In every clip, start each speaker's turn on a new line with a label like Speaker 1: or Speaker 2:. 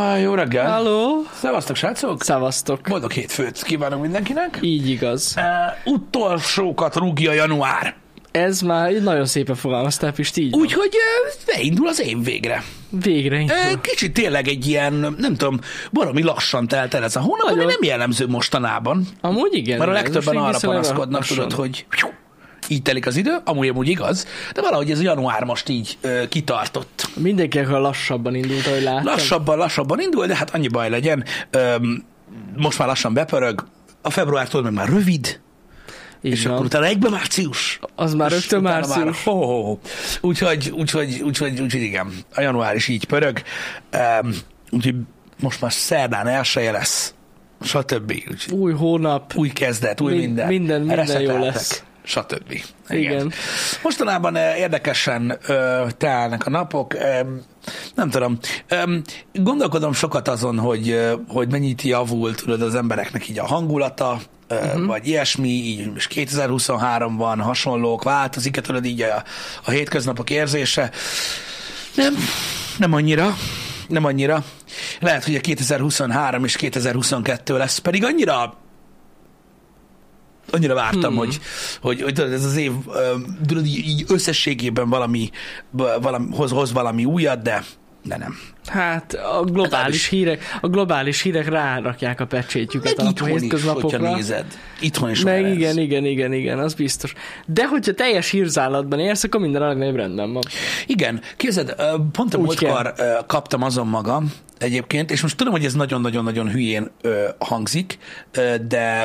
Speaker 1: Jó reggel!
Speaker 2: Halló!
Speaker 1: Szevasztok, srácok!
Speaker 2: Szevasztok!
Speaker 1: Boldog hétfőt kívánok mindenkinek!
Speaker 2: Így igaz.
Speaker 1: Utolsókat rúgja január.
Speaker 2: Ez már nagyon szépen fogalmaztál, Pisti, így van.
Speaker 1: Úgyhogy beindul az év végre.
Speaker 2: Végre indul.
Speaker 1: Kicsit tényleg egy ilyen, nem tudom, valami lassan telt el ez a hónap, ami nem jellemző mostanában.
Speaker 2: Amúgy igen.
Speaker 1: Mert a legtöbben arra
Speaker 2: viszonylag
Speaker 1: panaszkodnak,
Speaker 2: lassan.
Speaker 1: tudod, hogy így telik az idő, amúgy igaz, de valahogy ez a január most így kitartott.
Speaker 2: Mindenki akkor lassabban indult, ahogy láttam.
Speaker 1: Lassabban indul, de hát annyi baj legyen. Most már lassan bepörög, a februártól meg már rövid,
Speaker 2: Így
Speaker 1: és
Speaker 2: van.
Speaker 1: akkor utána egyben március.
Speaker 2: Az már
Speaker 1: És
Speaker 2: rögtön
Speaker 1: utána
Speaker 2: március.
Speaker 1: Úgyhogy igen, a január is így pörög. Úgyhogy most már szerdán elsője lesz, stb. Úgyhogy
Speaker 2: Új hónap.
Speaker 1: új kezdet, új minden.
Speaker 2: Minden jó
Speaker 1: Reszeteltek,
Speaker 2: lesz.
Speaker 1: stb.
Speaker 2: Igen.
Speaker 1: Mostanában érdekesen telnek a napok. Nem tudom. Gondolkodom sokat azon, hogy mennyit javult, tudod, az embereknek így a hangulata, vagy ilyesmi, így most 2023 van, hasonlók, változik-e, tudod, így a hétköznapok érzése. Nem annyira. Lehet, hogy a 2023 és 2022 lesz, pedig annyira vártam, hogy tudod, ez az év tudod, így összességében hoz valami újat, de nem.
Speaker 2: Hát a globális hírek rárakják a pecsétjüket
Speaker 1: Meg
Speaker 2: a
Speaker 1: itthon is,
Speaker 2: hétköznapokra.
Speaker 1: hogyha nézed. Itthon is
Speaker 2: Meg
Speaker 1: olyan ez.
Speaker 2: igen, az biztos. De hogyha teljes hírzálatban érsz, akkor minden a legnagyobb rendben van.
Speaker 1: Igen, képzeld, pont a
Speaker 2: Úgy
Speaker 1: múltkor kaptam azon magam egyébként, és most tudom, hogy ez nagyon-nagyon-nagyon hülyén hangzik, de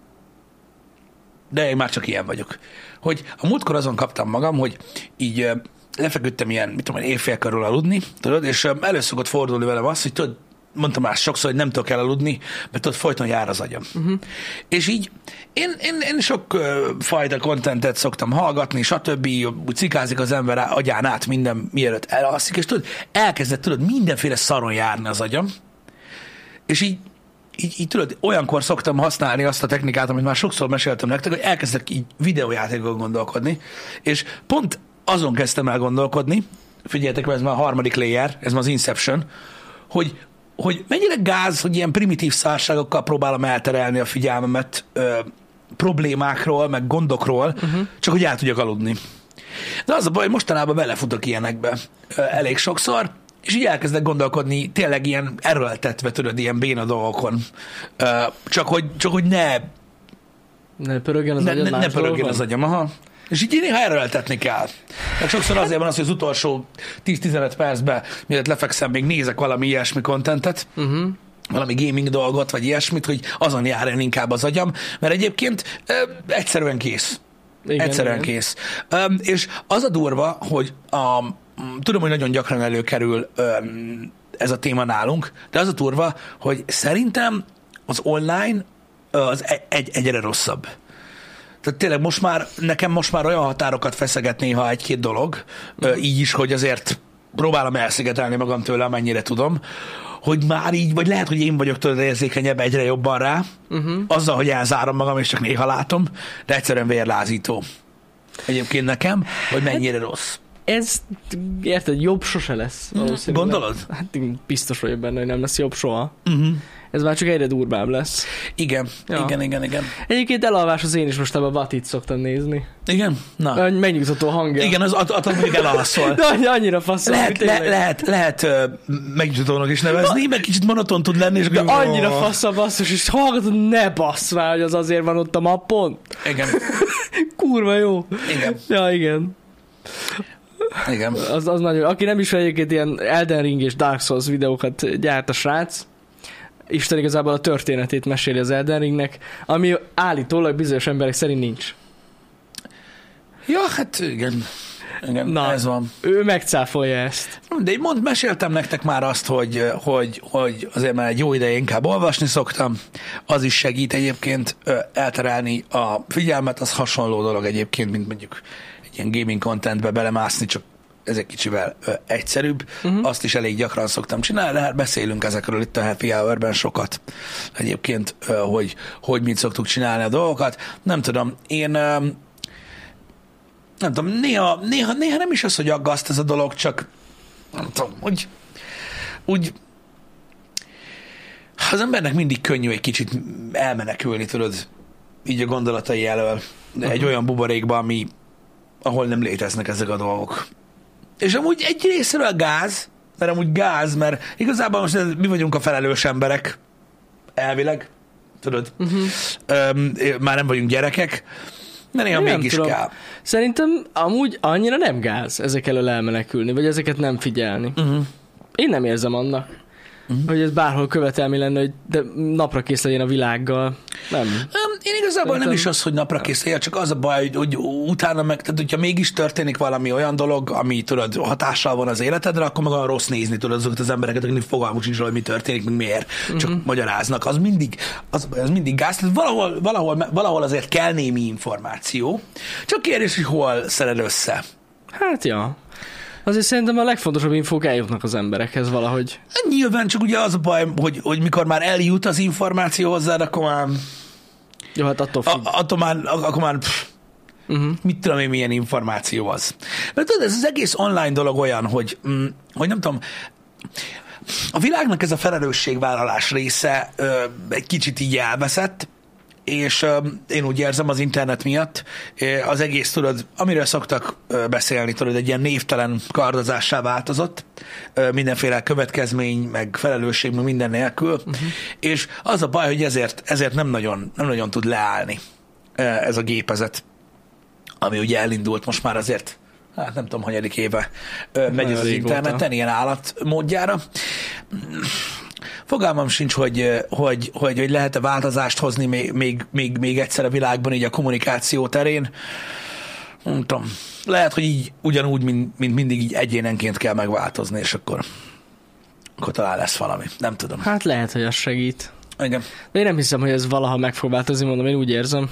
Speaker 1: én már csak ilyen vagyok. Hogy a múltkor azon kaptam magam, hogy így lefeküdtem ilyen, mit tudom, éjfél körül aludni, tudod, és elő szokott fordulni velem az, hogy tudod, mondtam már sokszor, hogy nem tudok elaludni, mert tudod, folyton jár az agyam. És így én sok fajta kontentet szoktam hallgatni, stb. Úgy cikázik az ember agyán át minden, mielőtt elalszik, és tudod, elkezdett, tudod, mindenféle szaron járni az agyam, és így tudod, olyankor szoktam használni azt a technikát, amit már sokszor meséltem nektek, hogy elkezdek így videójátékon gondolkodni, és pont azon kezdtem el gondolkodni, figyeljetek, mert ez már a harmadik layer, ez már az Inception, hogy mennyire gáz, hogy ilyen primitív szárságokkal próbálom elterelni a figyelmemet problémákról, meg gondokról, csak hogy el tudjak aludni. De az a baj, hogy mostanában belefutok ilyenekbe elég sokszor, és így elkezdek gondolkodni tényleg ilyen erőltetve, tudod, ilyen béna dolgokon. Csak hogy
Speaker 2: Ne pörögjen az agyad
Speaker 1: ne pörögjen az agyam, aha. És így néha erőltetni kell. Meg sokszor azért van az, hogy az utolsó 10-15 percben, mielőtt lefekszem, még nézek valami ilyesmi kontentet, valami gaming dolgot, vagy ilyesmit, hogy azon járjon inkább az agyam, mert egyébként egyszerűen kész.
Speaker 2: Igen.
Speaker 1: Kész. És az a durva, hogy tudom, hogy nagyon gyakran előkerül ez a téma nálunk, de az a durva, hogy szerintem az online az egyre rosszabb. Tehát tényleg nekem most már olyan határokat feszeget néha egy-két dolog, így is, hogy azért próbálom elszigetelni magam tőle, amennyire tudom, hogy már így, vagy lehet, hogy én vagyok tőle érzékenyebb egyre jobban rá, azzal, hogy elzárom magam, és csak néha látom, de egyszerűen vérlázító. Egyébként nekem, hogy mennyire rossz.
Speaker 2: Ez, érted, jobb sose lesz. Valószínűleg.
Speaker 1: Gondolod?
Speaker 2: Hát én biztos vagyok benne, hogy nem lesz jobb soha. Ez már csak egyre durvább lesz.
Speaker 1: Igen,
Speaker 2: Ja.
Speaker 1: igen.
Speaker 2: Egyébként elalvás az én is most ebben a Vatit szoktam nézni.
Speaker 1: Igen? Na.
Speaker 2: Megnyugtató hangja.
Speaker 1: Igen, az attól mondjuk elalszol.
Speaker 2: De annyira faszol.
Speaker 1: Lehet megnyugtatónak is nevezni, meg kicsit monoton tud lenni, és
Speaker 2: De annyira fasz a basszus, és hallgatod, ne bassz már, hogy az azért van ott a mappon.
Speaker 1: Igen.
Speaker 2: Kurva jó.
Speaker 1: Igen.
Speaker 2: Ja, igen.
Speaker 1: Igen.
Speaker 2: Az nagyon, aki nem is egyébként ilyen Elden Ring és Dark Souls videókat gyárt a srác, Isten igazából a történetét meséli az Elden Ringnek, ami állítólag bizonyos emberek szerint nincs.
Speaker 1: Ja, hát igen.
Speaker 2: Na,
Speaker 1: ez van.
Speaker 2: Ő megcáfolja ezt.
Speaker 1: De én meséltem nektek már azt, hogy azért már egy jó ideje inkább olvasni szoktam. Az is segít egyébként elterelni a figyelmet, az hasonló dolog egyébként, mint mondjuk egy ilyen gaming contentbe belemászni, csak ez egy kicsivel egyszerűbb. Azt is elég gyakran szoktam csinálni, de hát beszélünk ezekről itt a Happy Hour-ben sokat. Egyébként, hogy mit szoktuk csinálni a dolgokat. Nem tudom, én nem tudom, néha nem is az, hogy aggaszt ez a dolog, csak nem tudom, úgy Az embernek mindig könnyű egy kicsit elmenekülni, tudod, így a gondolatai elől egy olyan buborékba, ahol nem léteznek ezek a dolgok. És amúgy egy részről gáz, mert igazából most mi vagyunk a felelős emberek, elvileg, tudod, már nem vagyunk gyerekek, de néha mégis kell.
Speaker 2: Szerintem amúgy annyira nem gáz ezek elől elmenekülni, vagy ezeket nem figyelni. Én nem érzem annak, hogy ez bárhol követelmi lenne, hogy de napra kész legyen a világgal. Nem.
Speaker 1: Én igazából nem is az, hogy napra kész legyen, csak az a baj, hogy utána tehát hogyha mégis történik valami olyan dolog, ami tudod, hatással van az életedre, akkor meg olyan rossz nézni, tudod, azokat az embereket, akiknek fogalmuk sincs, hogy mi történik, meg miért, csak magyaráznak. Az mindig gáz. Tehát valahol azért kell némi információ. Csak kérdés, hogy hol szeded össze.
Speaker 2: Hát ja. Azért szerintem a legfontosabb infók eljutnak az emberekhez valahogy.
Speaker 1: Nyilván csak ugye az a baj, hogy mikor már eljut az információ hozzád, akkor már...
Speaker 2: Jó, hát
Speaker 1: attól már mit tudom én, milyen információ az. Mert tudod, ez az egész online dolog olyan, hogy nem tudom, a világnak ez a felelősségvállalás része egy kicsit így elveszett, és én úgy érzem az internet miatt, az egész, tudod, amiről szoktak beszélni, tudod, egy ilyen névtelen kardozássá változott, mindenféle következmény, meg felelősség, meg minden nélkül, és az a baj, hogy ezért nem nagyon tud leállni ez a gépezet, ami ugye elindult most már azért, hát nem tudom, hanyadik éve megy ez az interneten, ilyen állatmódjára. Fogalmam sincs, hogy lehet-e változást hozni még egyszer a világban, így a kommunikáció terén. Nem tudom. Lehet, hogy így ugyanúgy, mint mindig így egyénenként kell megváltozni, és akkor talán lesz valami. Nem tudom.
Speaker 2: Hát lehet, hogy az segít.
Speaker 1: Igen.
Speaker 2: De én nem hiszem, hogy ez valaha meg fog változni, mondom, én úgy érzem.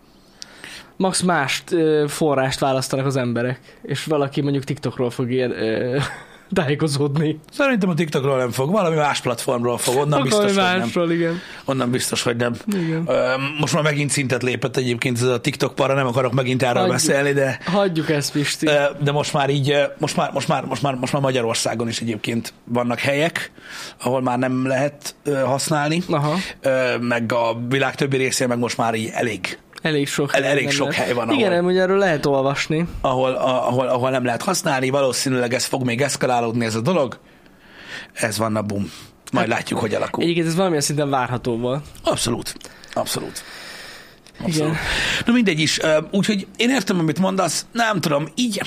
Speaker 2: Max más forrást választanak az emberek, és valaki mondjuk TikTokról fog ilyen... tájékozódni.
Speaker 1: Szerintem a TikTokról nem fog, valami más platformról fog, onnan biztos,
Speaker 2: másról,
Speaker 1: hogy nem.
Speaker 2: Igen.
Speaker 1: Onnan biztos, hogy nem.
Speaker 2: Igen.
Speaker 1: Most már megint szintet lépett egyébként ez a TikTok para, nem akarok megint erről beszélni, de...
Speaker 2: Hagyjuk ezt, Pisti.
Speaker 1: De most már így, most már Magyarországon is egyébként vannak helyek, ahol már nem lehet használni, meg a világ többi részén meg most már így elég sok hely van,
Speaker 2: igen, ugye erről lehet olvasni.
Speaker 1: Ahol nem lehet használni, valószínűleg ez fog még eszkalálódni ez a dolog. Ez van a bum. Majd látjuk, hogy alakul.
Speaker 2: Egyébként ez valamilyen szinten várható volt.
Speaker 1: Abszolút. Igen. Na mindegy is. Úgyhogy én értem, amit mondasz. Nem tudom, így...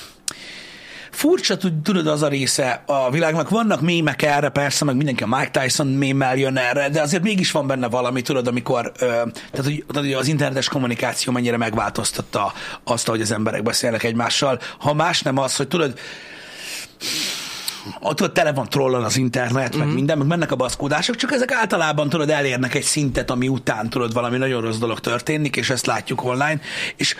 Speaker 1: Furcsa, tudod, az a része a világnak. Vannak mémek erre, persze, meg mindenki a Mike Tyson mémmel jön erre, de azért mégis van benne valami, tudod, amikor tehát, hogy az internetes kommunikáció mennyire megváltoztatta azt, hogy az emberek beszélnek egymással. Ha más nem az, hogy tudod, tele van trollon az internet, meg minden, meg mennek a baszkódások, csak ezek általában, tudod, elérnek egy szintet, ami után, tudod, valami nagyon rossz dolog történik, és ezt látjuk online, és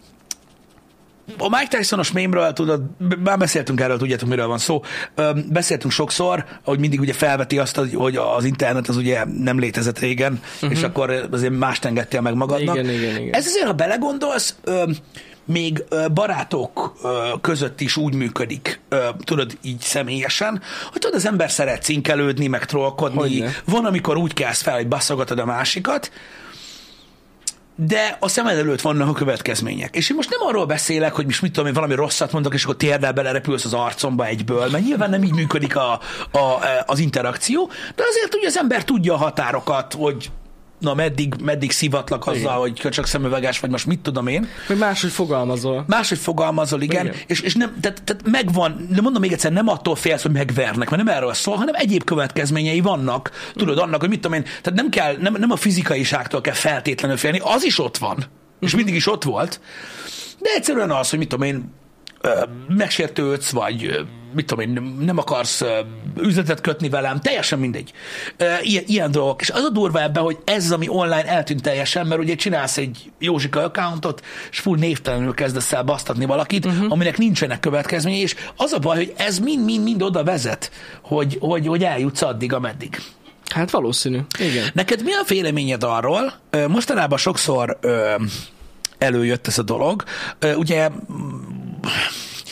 Speaker 1: a Mike Tyson-os mémről, tudod, már beszéltünk erről, tudjátok, miről van szó. Beszéltünk sokszor, hogy mindig ugye felveti azt, hogy az internet az ugye nem létezett régen, és akkor azért mást engedtél meg magadnak.
Speaker 2: Igen.
Speaker 1: Ez azért, ha belegondolsz, még barátok között is úgy működik, tudod, így személyesen, hogy tudod, az ember szeret cinkelődni, meg trollkodni. Hogyne. Van, amikor úgy kelsz fel, hogy baszogatod a másikat, de a szemed előtt vannak a következmények. És én most nem arról beszélek, hogy most mit tudom én, valami rosszat mondok, és akkor térdel belerepülsz az arcomba egyből, mert nyilván nem így működik az interakció, de azért ugye az ember tudja a határokat, hogy na meddig szivatlak azzal, hogy csak szemüveges, vagy most mit tudom én.
Speaker 2: Vagy máshogy fogalmazol.
Speaker 1: Máshogy fogalmazol, igen. És nem, tehát megvan, de mondom még egyszer, nem attól félsz, hogy megvernek, mert nem erről szól, hanem egyéb következményei vannak. Tudod, annak, hogy mit tudom én, tehát nem a fizikaiságtól kell feltétlenül félni, az is ott van, és mindig is ott volt, de egyszerűen az, hogy mit tudom én, megsértődsz, vagy mit tudom én, nem akarsz üzletet kötni velem, teljesen mindegy. Ilyen dolgok. És az a durva ebben, hogy ez az, ami online eltűnt teljesen, mert ugye csinálsz egy Józsika accountot, és full névtelenül kezdesz el basztatni valakit, aminek nincsenek következményei, és az a baj, hogy ez mind oda vezet, hogy eljutsz addig, ameddig.
Speaker 2: Hát valószínű. Igen.
Speaker 1: Neked mi a véleményed arról? Mostanában sokszor előjött ez a dolog. Ugye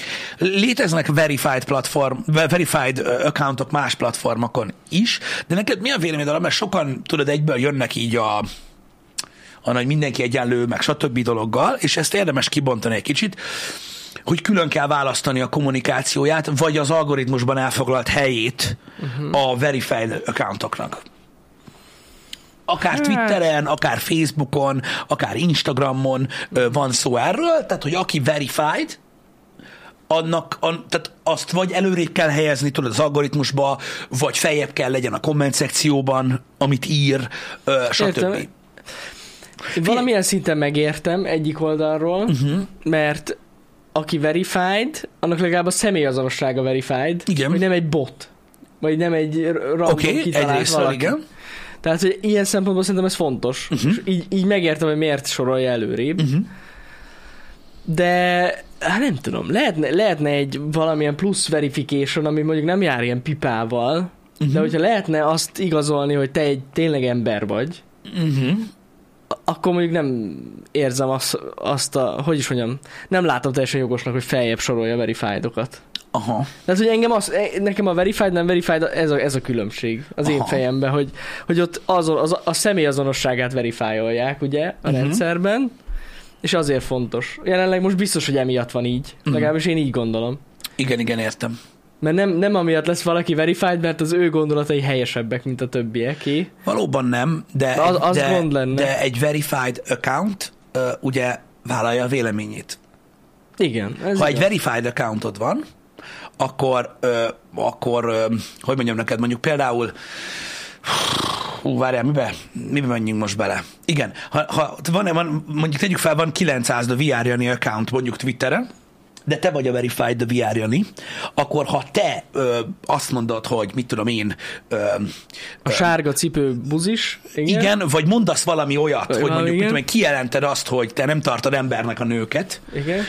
Speaker 1: Léteznek verified accountok más platformokon is, de neked mi a véleményed arra, mert sokan, tudod, egyből jönnek így a nagy mindenki egyenlő, meg stb. Dologgal, és ezt érdemes kibontani egy kicsit, hogy külön kell választani a kommunikációját, vagy az algoritmusban elfoglalt helyét a verified accountoknak. Akár Twitteren, akár Facebookon, akár Instagramon van szó erről, tehát, hogy aki verified, tehát azt vagy előrébb kell helyezni, tudod, az algoritmusba, vagy feljebb kell legyen a komment szekcióban, amit ír, stb.
Speaker 2: Értem. Valamilyen szinten megértem egyik oldalról, mert aki verified, annak legalább a személyazonossága verified,
Speaker 1: igen.
Speaker 2: hogy nem egy bot, vagy nem egy random kitalált valaki.
Speaker 1: Igen.
Speaker 2: Tehát, hogy ilyen szempontból szerintem ez fontos. És így megértem, hogy miért sorolja előrébb. De hát nem tudom, lehetne egy valamilyen plusz verification, ami mondjuk nem jár ilyen pipával, de hogyha lehetne azt igazolni, hogy te egy tényleg ember vagy, akkor mondjuk nem érzem azt hogy is mondjam, nem látom teljesen jogosnak, hogy feljebb sorolja a verified-okat.
Speaker 1: Aha.
Speaker 2: Tehát, hogy nekem a verified, nem verified, ez a különbség az én fejemben, hogy ott a személyazonosságát verifiolják, ugye, a rendszerben, és azért fontos. Jelenleg most biztos, hogy emiatt van így. Legalábbis én így gondolom.
Speaker 1: Igen, értem.
Speaker 2: Mert nem amiatt lesz valaki verified, mert az ő gondolatai helyesebbek, mint a többieké.
Speaker 1: Valóban nem, de
Speaker 2: gond lenne.
Speaker 1: De egy verified account ugye vállalja a véleményét.
Speaker 2: Igen.
Speaker 1: Ha egy verified accountod van, akkor hogy mondjam neked, mondjuk például várjál, mibe menjünk most bele? Igen, ha van, mondjuk tegyük fel, van 900 The VR Jani account mondjuk Twitteren, de te vagy a verified The VR Jani, akkor ha te azt mondod, hogy mit tudom én...
Speaker 2: a sárga cipő buzis.
Speaker 1: Igen, vagy mondasz valami olyat, hogy mondjuk mit tudom, kijelented azt, hogy te nem tartod embernek a nőket,
Speaker 2: igen.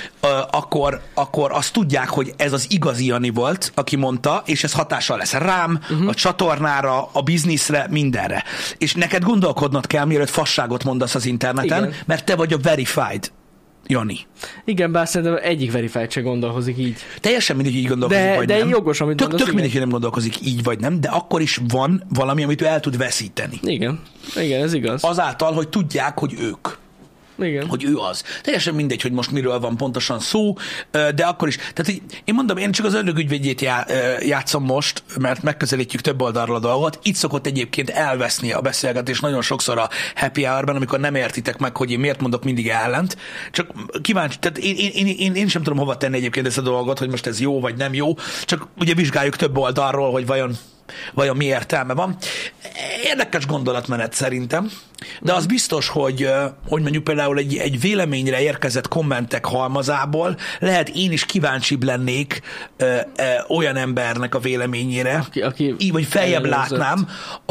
Speaker 1: Akkor azt tudják, hogy ez az igazi Jani volt, aki mondta, és ez hatással lesz rám, a csatornára, a bizniszre, mindenre. És neked gondolkodnod kell, mielőtt fasságot mondasz az interneten, igen. Mert te vagy a verified Jani.
Speaker 2: Igen, bár szerintem egyik verified se gondolkozik így.
Speaker 1: Teljesen mindegy, így gondolkozik, vagy
Speaker 2: nem.
Speaker 1: De
Speaker 2: jogos, amit mondasz.
Speaker 1: Tök mindegy, hogy nem gondolkozik így, vagy nem, de akkor is van valami, amit ő el tud veszíteni.
Speaker 2: Igen, ez igaz.
Speaker 1: Azáltal, hogy tudják, hogy ők.
Speaker 2: Igen.
Speaker 1: Hogy ő az. Teljesen mindegy, hogy most miről van pontosan szó, de akkor is. Tehát, hogy én mondom, én csak az ördögügyvédjét játszom most, mert megközelítjük több oldalról a dolgot. Itt szokott egyébként elveszni a beszélgetés nagyon sokszor a happy hour-ben, amikor nem értitek meg, hogy én miért mondok mindig ellent. Csak kíváncsi, tehát én sem tudom hova tenni egyébként ezt a dolgot, hogy most ez jó vagy nem jó, csak ugye vizsgáljuk több oldalról, hogy vajon mi értelme van. Érdekes gondolatmenet szerintem, de az biztos, hogy mondjuk például egy véleményre érkezett kommentek halmazából lehet én is kíváncsibb lennék olyan embernek a véleményére, így vagy feljebb látnám,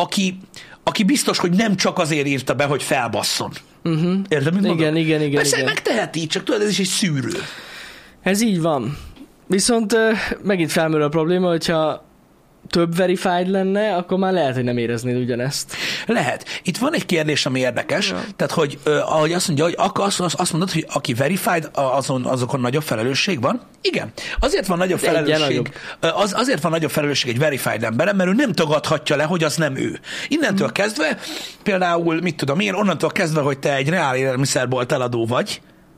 Speaker 1: aki biztos, hogy nem csak azért írta be, hogy felbasszon. Érted, mit mondom?
Speaker 2: Igen.
Speaker 1: Persze megteheti, csak tudod, ez is egy szűrő.
Speaker 2: Ez így van. Viszont megint felmerül a probléma, hogyha több verified lenne, akkor már lehet, hogy nem éreznéd ugyanezt.
Speaker 1: Lehet. Itt van egy kérdés, ami érdekes, tehát, hogy ahogy azt mondja, hogy azt mondod, hogy aki verified, azokon nagyobb felelősség van? Igen. Azért van nagyobb felelősség. Azért van nagyobb felelősség egy verified emberem, mert ő nem tagadhatja le, hogy az nem ő. Innentől kezdve, például, mit tudom én, onnantól kezdve, hogy te egy reál élelmiszerbolt eladó vagy,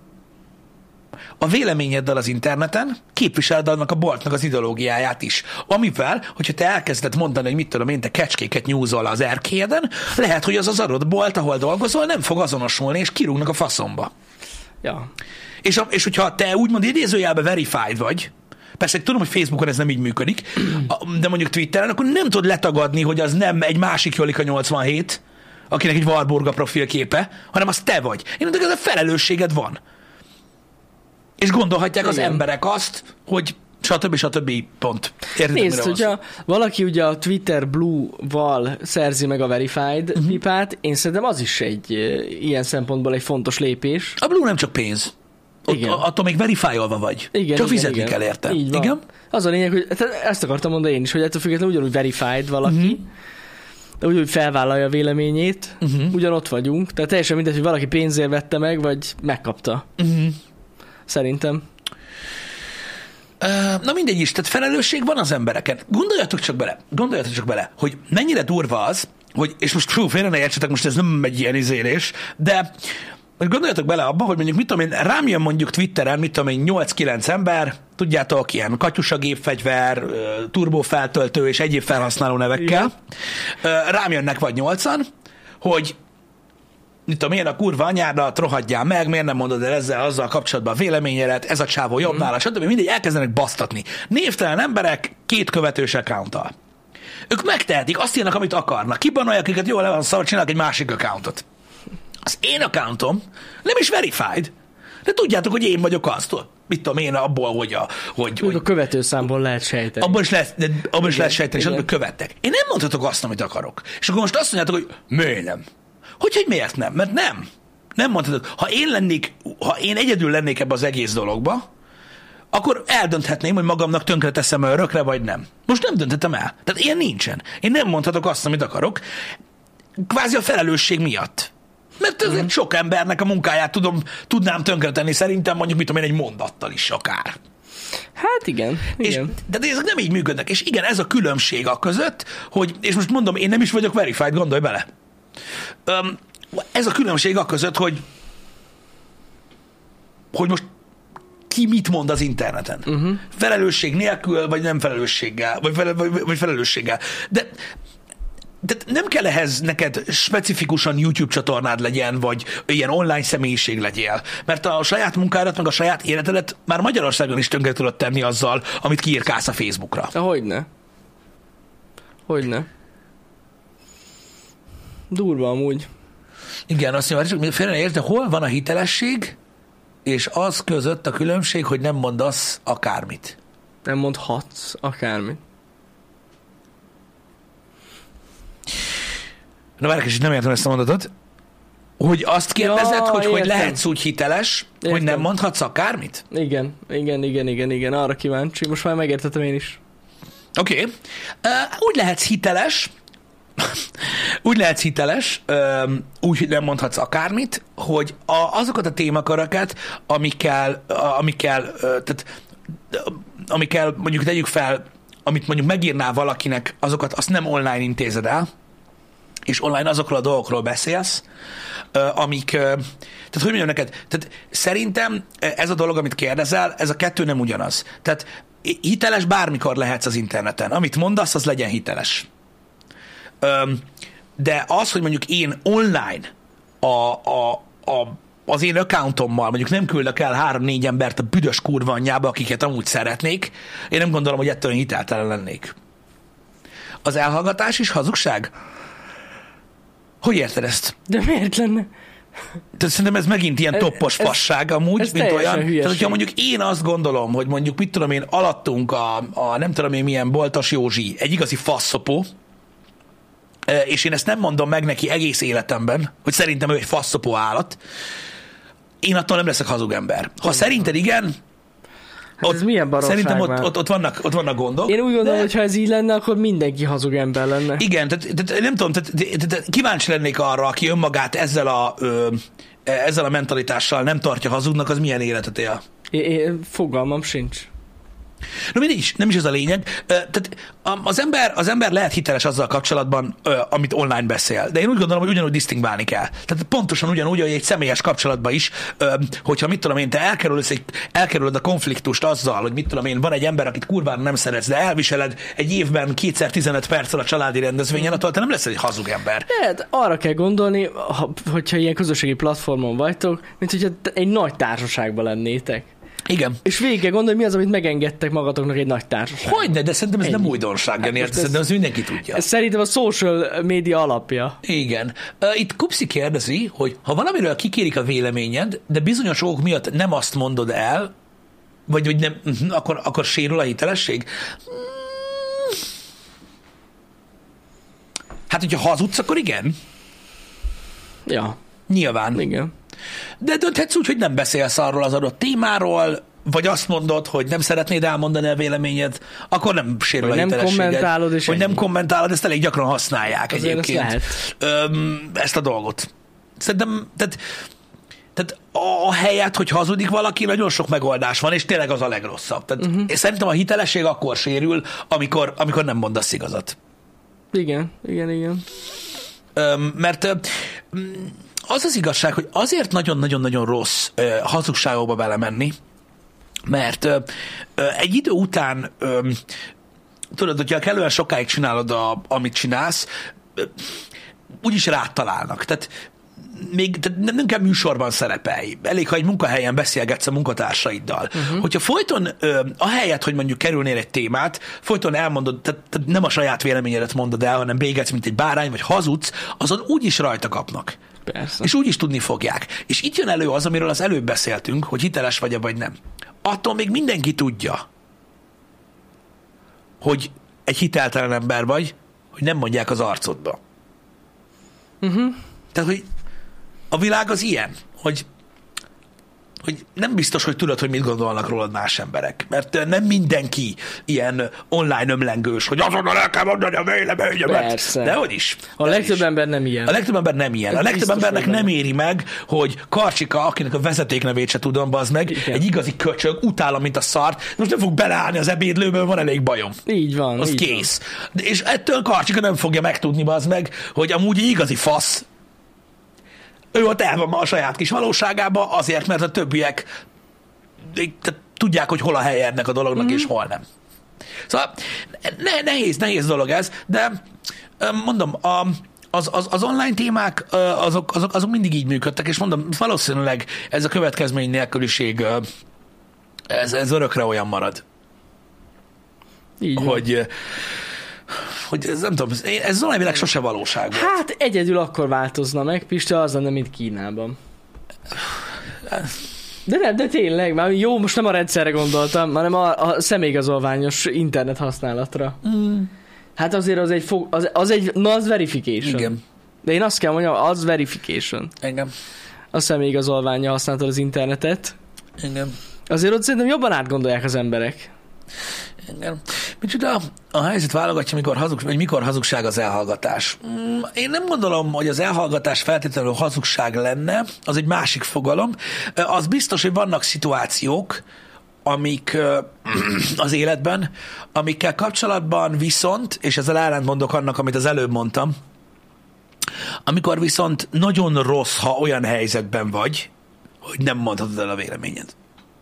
Speaker 1: a véleményeddel az interneten képviseled annak a boltnak az ideológiáját is. Amivel, hogyha te elkezded mondani, hogy mit tudom én, te kecskéket nyúzol az erkélyeden, lehet, hogy az adott bolt, ahol dolgozol, nem fog azonosulni, és kirúgnak a faszomba.
Speaker 2: Ja.
Speaker 1: És hogyha te úgymond idézőjelben verified vagy, persze tudom, hogy Facebookon ez nem így működik, de mondjuk Twitteren, akkor nem tudod letagadni, hogy az nem egy másik Jolika 87, akinek egy Warburga profilképe, hanem az te vagy. Én mondok, ez a felelősséged van. És gondolhatják az emberek azt, hogy stb. Pont. Érted,
Speaker 2: nézd, hogyha valaki ugye a Twitter Blue-val szerzi meg a verified pipát, én szerintem az is egy ilyen szempontból egy fontos lépés.
Speaker 1: A Blue nem csak pénz. Attól még verifiolva vagy.
Speaker 2: Igen,
Speaker 1: csak fizetni kell érte.
Speaker 2: Így van. Igen? Az a lényeg, hogy ezt akartam mondani én is, hogy ettől függetlenül ugyanúgy verified valaki, de úgy, hogy felvállalja a véleményét, ugyanott vagyunk. Tehát teljesen mindegy, hogy valaki pénzért vette meg, vagy megkapta. Szerintem.
Speaker 1: Na mindegy is, tehát felelősség van az embereken. Gondoljatok csak bele, hogy mennyire durva az, hogy, és most félre ne értsetek, most ez nem egy ilyen izélés, de gondoljatok bele abba, hogy mondjuk, mit tudom én, rám jön mondjuk Twitteren, mit tudom én, 8-9 ember, tudjátok, ilyen katyusa gépfegyver, turbófeltöltő és egyéb felhasználó nevekkel. Rám jönnek vagy 8-an, hogy mit tudom én, a kurva anyádat rohadjál meg, miért nem mondod el azzal kapcsolatban a véleményedet, ez a csávó jobb nála, stb. Mindegy, elkezdenek basztatni. Névtelen emberek 2 követős accounttal. Ők megtehetik, azt írnak, amit akarnak. Kibanolják őket, jól le van szar, csinálnak egy másik accountot. Az én accountom nem is verified, de tudjátok, hogy én vagyok az. Mit tudom én abból, hogy
Speaker 2: a követőszámból lehet sejteni.
Speaker 1: Abból is lehet sejteni, és abból követtek. Én nem mondhatok azt, amit akarok. És akkor most azt mondjátok, hogy miért nem? Hogy miért nem? Mert nem. Nem mondhatok. Ha én egyedül lennék ebbe az egész dologba, akkor eldönthetném, hogy magamnak tönkre teszem örökre, vagy nem. Most nem dönthetem el. Tehát ilyen nincsen. Én nem mondhatok azt, amit akarok, kvázi a felelősség miatt. Mert azért sok embernek a munkáját tudnám tönkretenni, szerintem mondjuk, mit tudom én, egy mondattal is akár.
Speaker 2: Hát igen.
Speaker 1: De ezek nem így működnek. És igen, ez a különbség a között, hogy, és most mondom, én nem is vagyok verified, gondolj bele. Ez a különbség a között, hogy most ki mit mond az interneten. Felelősség nélkül, vagy nem felelősséggel, vagy felelősséggel. De nem kell ehhez neked specifikusan YouTube csatornád legyen, vagy ilyen online személyiség legyél. Mert a saját munkádat, meg a saját életedet már Magyarországon is tönkre tudod tenni azzal, amit kiírkálsz a Facebookra.
Speaker 2: Hogyne. Durva amúgy.
Speaker 1: Igen, azt mondja, hogy félre érts, de hol van a hitelesség, és az között a különbség, hogy nem mondasz akármit.
Speaker 2: Nem mondhatsz akármit.
Speaker 1: Na várj, és nem értem ezt a mondatot. Hogy azt kérdezed, hogy lehetsz úgy hiteles, értem, hogy nem mondhatsz akármit?
Speaker 2: Igen. Arra kíváncsi. Most már megértettem én is.
Speaker 1: Oké. Úgy lehetsz hiteles, úgy, hogy nem mondhatsz akármit, hogy azokat a témaköröket, amikkel mondjuk tegyük fel, amit mondjuk megírnál valakinek, azokat azt nem online intézed el, és online azokról a dolgokról beszélsz, tehát hogy mondjam neked, tehát szerintem ez a dolog, amit kérdezel, ez a kettő nem ugyanaz. Tehát hiteles bármikor lehetsz az interneten. Amit mondasz, az legyen hiteles. De az, hogy mondjuk én online az én accountommal mondjuk nem küldök el 3-4 embert a büdös kurva anyjába, akiket amúgy szeretnék, én nem gondolom, hogy ettől hiteltelen lennék. Az elhallgatás is hazugság? Hogy érted ezt?
Speaker 2: De miért lenne?
Speaker 1: Tehát szerintem ez megint ilyen toppos fasság amúgy, mint olyan.
Speaker 2: Hülyeség.
Speaker 1: Tehát, hogyha mondjuk én azt gondolom, hogy mondjuk, mit tudom én, alattunk a nem tudom én milyen Boltos Józsi, egy igazi faszopó, és én ezt nem mondom meg neki egész életemben, hogy szerintem ő egy faszopó állat, én attól nem leszek hazug ember. Ha szerinted igen,
Speaker 2: hát ez milyen baromság
Speaker 1: szerintem ott vannak gondok.
Speaker 2: Én úgy gondolom, hogy ha ez így lenne, akkor mindenki hazug ember lenne.
Speaker 1: Igen, tehát nem tudom, tehát kíváncsi lennék arra, aki önmagát ezzel a mentalitással nem tartja hazugnak, az milyen életet él.
Speaker 2: Fogalmam sincs.
Speaker 1: No mindig, nem is ez a lényeg. Tehát az ember lehet hiteles azzal kapcsolatban, amit online beszél. De én úgy gondolom, hogy ugyanúgy disztingválni kell. Tehát pontosan ugyanúgy, hogy egy személyes kapcsolatban is, hogyha mit tudom én, te elkerülöd a konfliktust azzal, hogy mit tudom én, van egy ember, akit kurvára nem szeretsz, de elviseled egy évben 2x15 perccel a családi rendezvényen, attól te nem leszel egy hazug ember.
Speaker 2: Hát arra kell gondolni, hogyha ilyen közösségi platformon vagytok, mint hogyha egy nagy társaságban lennétek.
Speaker 1: Igen.
Speaker 2: És végig kell gondolni, mi az, amit megengedtek magatoknak egy nagy társaságban.
Speaker 1: Hogyne, de szerintem ez nem újdonság, Jani, szerintem az mindenki tudja.
Speaker 2: Ez szerintem a social média alapja.
Speaker 1: Igen. Itt Kupszi kérdezi, hogy ha valamiről kikérik a véleményed, de bizonyos okok miatt nem azt mondod el, vagy nem, akkor sérül a hitelesség? Hát, hogyha hazudsz, akkor igen.
Speaker 2: Ja.
Speaker 1: Nyilván.
Speaker 2: Igen.
Speaker 1: De dönthetsz úgy, hogy nem beszélsz arról az adott témáról, vagy azt mondod, hogy nem szeretnéd elmondani a véleményed, akkor nem sérül a hitelességed.
Speaker 2: Nem kommentálod, és
Speaker 1: vagy nem kommentálod, ezt elég gyakran használják azért egyébként. Ezt a dolgot. Szerintem, tehát a helyet, hogy hazudik valaki, nagyon sok megoldás van, és tényleg az a legrosszabb. Tehát szerintem a hitelesség akkor sérül, amikor nem mondasz igazat.
Speaker 2: Igen.
Speaker 1: Mert az az igazság, hogy azért nagyon-nagyon-nagyon rossz hazugságokba belemenni, mert egy idő után, tudod, hogyha kellően sokáig csinálod, amit csinálsz, úgyis rád találnak. Tehát nem kell műsorban szerepelj. Elég, ha egy munkahelyen beszélgetsz a munkatársaiddal. Hogyha folyton, ahelyett, hogy mondjuk kerülnél egy témát, folyton elmondod, tehát nem a saját véleményedet mondod el, hanem bégetsz, mint egy bárány, vagy hazudsz, azon úgyis rajta kapnak.
Speaker 2: Persze.
Speaker 1: És úgyis tudni fogják. És itt jön elő az, amiről az előbb beszéltünk, hogy hiteles vagy-e, vagy nem. Attól még mindenki tudja, hogy egy hiteltelen ember vagy, hogy nem mondják az arcodba. Tehát, hogy a világ az ilyen, hogy nem biztos, hogy tudod, hogy mit gondolnak rólad más emberek. Mert nem mindenki ilyen online ömlengős, hogy azonnal el kell mondani a véleményemet. Dehogy is.
Speaker 2: A legtöbb ember nem ilyen.
Speaker 1: A legtöbb ember nem ilyen. A legtöbb embernek nem éri meg, hogy Karcsika, akinek a vezetéknevét se tudom, bazd meg, egy igazi köcsög, utálom, mint a szart, most nem fog beleállni az ebédlőből, van elég bajom.
Speaker 2: Így van.
Speaker 1: Az
Speaker 2: így
Speaker 1: kész. Van. És ettől Karcsika nem fogja megtudni, bazd meg, hogy amúgy egy igazi fasz, ő ott el van ma a saját kis valóságába, azért, mert a többiek tudják, hogy hol a helye ennek a dolognak, és hol nem. Szóval nehéz dolog ez, de mondom, az online témák, azok mindig így működtek, és mondom, valószínűleg ez a következmény nélküliség, ez örökre olyan marad.
Speaker 2: Így van.
Speaker 1: Hogy ez nem tudom, ez az online világ sose valóság volt.
Speaker 2: Hát egyedül akkor változna meg, Pista, az lenne, mint Kínában. De tényleg, már jó, most nem a rendszerre gondoltam, hanem a személyigazolványos internet használatra. Hát azért az verification.
Speaker 1: Igen.
Speaker 2: De én azt kell mondjam, az verification.
Speaker 1: Engem.
Speaker 2: A személyigazolvánnyal használtad az internetet.
Speaker 1: Igen.
Speaker 2: Azért ott szerintem jobban átgondolják az emberek.
Speaker 1: Igen. Micsoda a helyzet válogatja, mikor hazugság az elhallgatás. Én nem gondolom, hogy az elhallgatás feltétlenül hazugság lenne, az egy másik fogalom. Az biztos, hogy vannak szituációk, amik az életben, amikkel kapcsolatban viszont, és ezzel ellentmondok annak, amit az előbb mondtam, amikor viszont nagyon rossz, ha olyan helyzetben vagy, hogy nem mondhatod el a véleményed.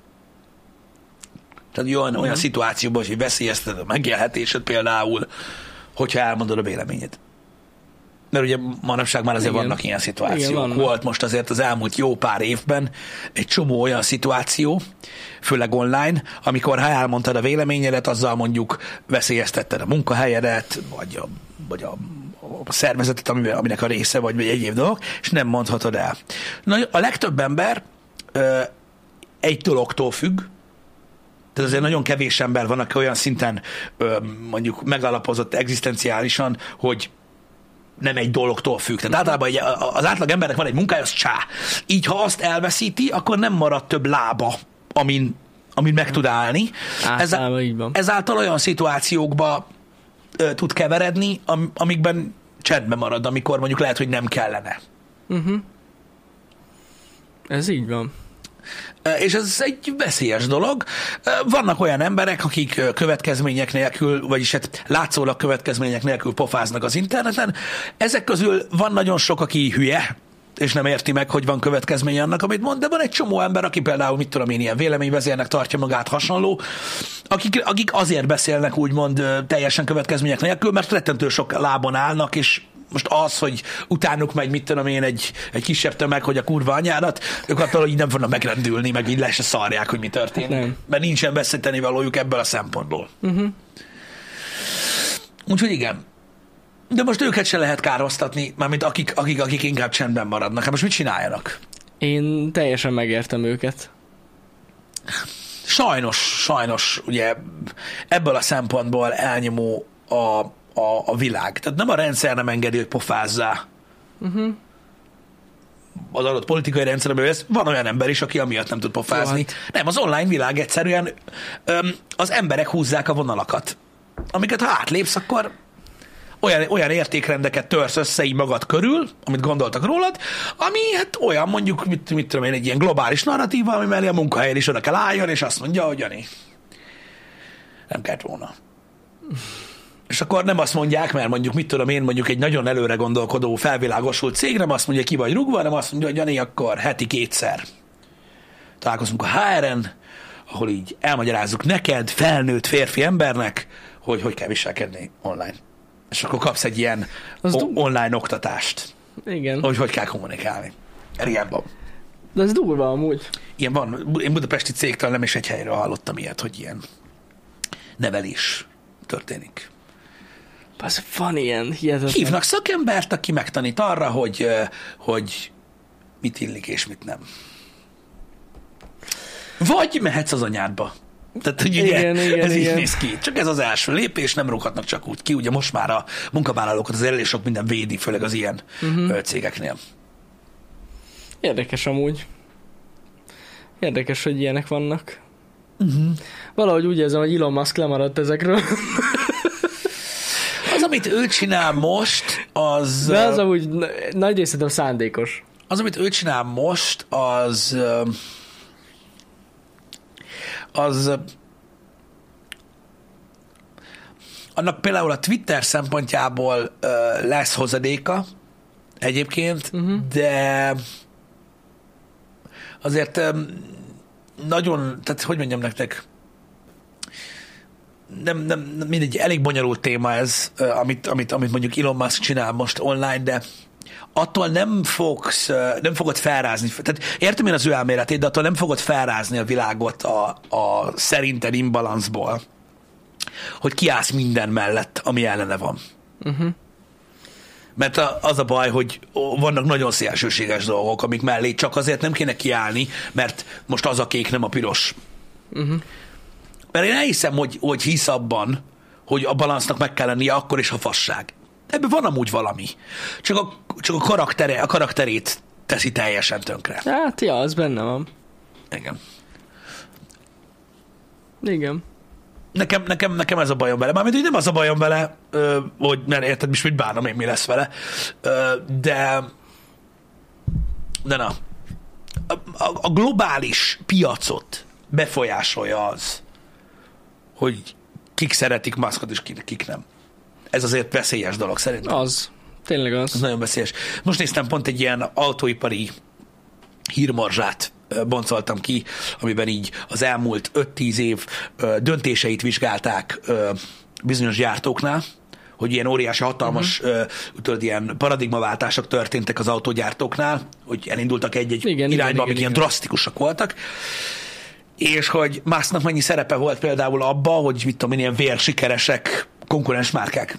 Speaker 1: Tehát olyan szituációban, hogy veszélyezteted a megélhetésed például, hogyha elmondod a véleményed. Mert ugye manapság már azért vannak ilyen szituációk. Igen, volt most azért az elmúlt jó pár évben egy csomó olyan szituáció, főleg online, amikor ha elmondtad a véleményedet, azzal mondjuk veszélyeztetted a munkahelyedet, vagy a szervezetet, aminek a része vagy egyéb dolog, és nem mondhatod el. Na, a legtöbb ember egy dologtól függ, tehát azért nagyon kevés ember van, aki olyan szinten mondjuk megalapozott egzisztenciálisan, hogy nem egy dologtól függ. Tehát általában az átlag embernek van egy munkája, az csá. Így, ha azt elveszíti, akkor nem marad több lába, amin meg tud állni. Ezáltal olyan szituációkba tud keveredni, amikben csendben marad, amikor mondjuk lehet, hogy nem kellene.
Speaker 2: Ez így van.
Speaker 1: És ez egy veszélyes dolog. Vannak olyan emberek, akik következmények nélkül, vagyis hát látszólag következmények nélkül pofáznak az interneten. Ezek közül van nagyon sok, aki hülye, és nem érti meg, hogy van következménye annak, amit mond, de van egy csomó ember, aki például, mit tudom én, ilyen véleményvezérnek tartja magát, hasonló, akik azért beszélnek úgymond teljesen következmények nélkül, mert rettentő sok lábon állnak, és most az, hogy utánuk megy, mit tudom én, egy kisebb tömeg, hogy a kurva anyádat, ők attól, hogy így nem fognak megrendülni, meg így le se szarják, hogy mi történik. Nem. Mert nincsen beszélni valójuk ebből a szempontból. Úgyhogy igen. De most őket se lehet károztatni, mármint akik inkább csendben maradnak. Hát most mit csináljanak?
Speaker 2: Én teljesen megértem őket.
Speaker 1: Sajnos, ugye ebből a szempontból elnyomó a világ. Tehát nem a rendszer nem engedi, hogy pofázzá. Az adott politikai rendszerben van olyan ember is, aki amiatt nem tud pofázni. Jó, hát. Nem, az online világ egyszerűen az emberek húzzák a vonalakat, amiket ha átlépsz, akkor olyan értékrendeket törsz össze így magad körül, amit gondoltak rólad, ami hát olyan mondjuk, mit tudom én, egy ilyen globális narratíva, ami mellé a munkahelyen is oda kell álljon, és azt mondja, hogy Jani, nem kellett volna. És akkor nem azt mondják, mert mondjuk, mit tudom én, mondjuk egy nagyon előre gondolkodó, felvilágosult cég, nem azt mondja, ki vagy rúgva, hanem azt mondja, hogy Jani, akkor heti 2-szer találkozunk a HR-en, ahol így elmagyarázzuk neked, felnőtt férfi embernek, hogy kell viselkedni online. És akkor kapsz egy ilyen online oktatást.
Speaker 2: Igen.
Speaker 1: Hogy kell kommunikálni. Ilyen van.
Speaker 2: De ez durva amúgy.
Speaker 1: Ilyen van. Én budapesti cégtől nem is egy helyről hallottam ilyet, hogy ilyen nevelés történik.
Speaker 2: Az van ilyen hihetetlen.
Speaker 1: Hívnak szakembert, aki megtanít arra, hogy mit illik és mit nem. Vagy mehetsz az anyádba. Tehát, hogy ugye, ez így néz ki. Csak ez az első lépés, nem rúghatnak csak úgy ki. Ugye most már a munkavállalókat az elég sok minden védi, főleg az ilyen cégeknél.
Speaker 2: Érdekes amúgy. Érdekes, hogy ilyenek vannak. Valahogy úgy érzem, hogy Elon Musk lemaradt ezekről.
Speaker 1: Az, amit ő csinál most, az...
Speaker 2: De az amúgy nagy részletem szándékos.
Speaker 1: Az, amit ő csinál most, az annak például a Twitter szempontjából lesz hozadéka egyébként, de azért nagyon, tehát hogy mondjam nektek, nem, mindegy, elég bonyolult téma ez, amit mondjuk Elon Musk csinál most online, de attól nem fogod felrázni. Tehát értem én az ő elméletét, de attól nem fogod felrázni a világot a szerinted imbalanszból, hogy kiállsz minden mellett, ami ellene van. Mert az a baj, hogy vannak nagyon szélsőséges dolgok, amik mellé csak azért nem kéne kiállni, mert most az a kék, nem a piros. Mert én elhiszem, hogy hisz abban, hogy a balansznak meg kell lennie akkor is, ha fasság. Ebben van amúgy valami. Csak a karakterét teszi teljesen tönkre.
Speaker 2: Hát, ja, az benne van.
Speaker 1: Igen. Nekem ez a bajom vele. Mármint, hogy nem az a bajom vele, hogy mert érted, mit bánom én, mi lesz vele. De na. A globális piacot befolyásolja az, hogy kik szeretik Muskot, és kik nem. Ez azért veszélyes dolog szerintem.
Speaker 2: Az. Tényleg az.
Speaker 1: Ez nagyon veszélyes. Most néztem pont egy ilyen autóipari hírmorzsát boncoltam ki, amiben így az elmúlt 5-10 év döntéseit vizsgálták bizonyos gyártóknál, hogy ilyen óriási, hatalmas, tudod, ilyen paradigmaváltások történtek az autógyártóknál, hogy elindultak egy irányba, amik ilyen drasztikusak voltak, és hogy Musknak mennyi szerepe volt például abba, hogy mit tudom én, ilyen vérsikeresek konkurens márkák.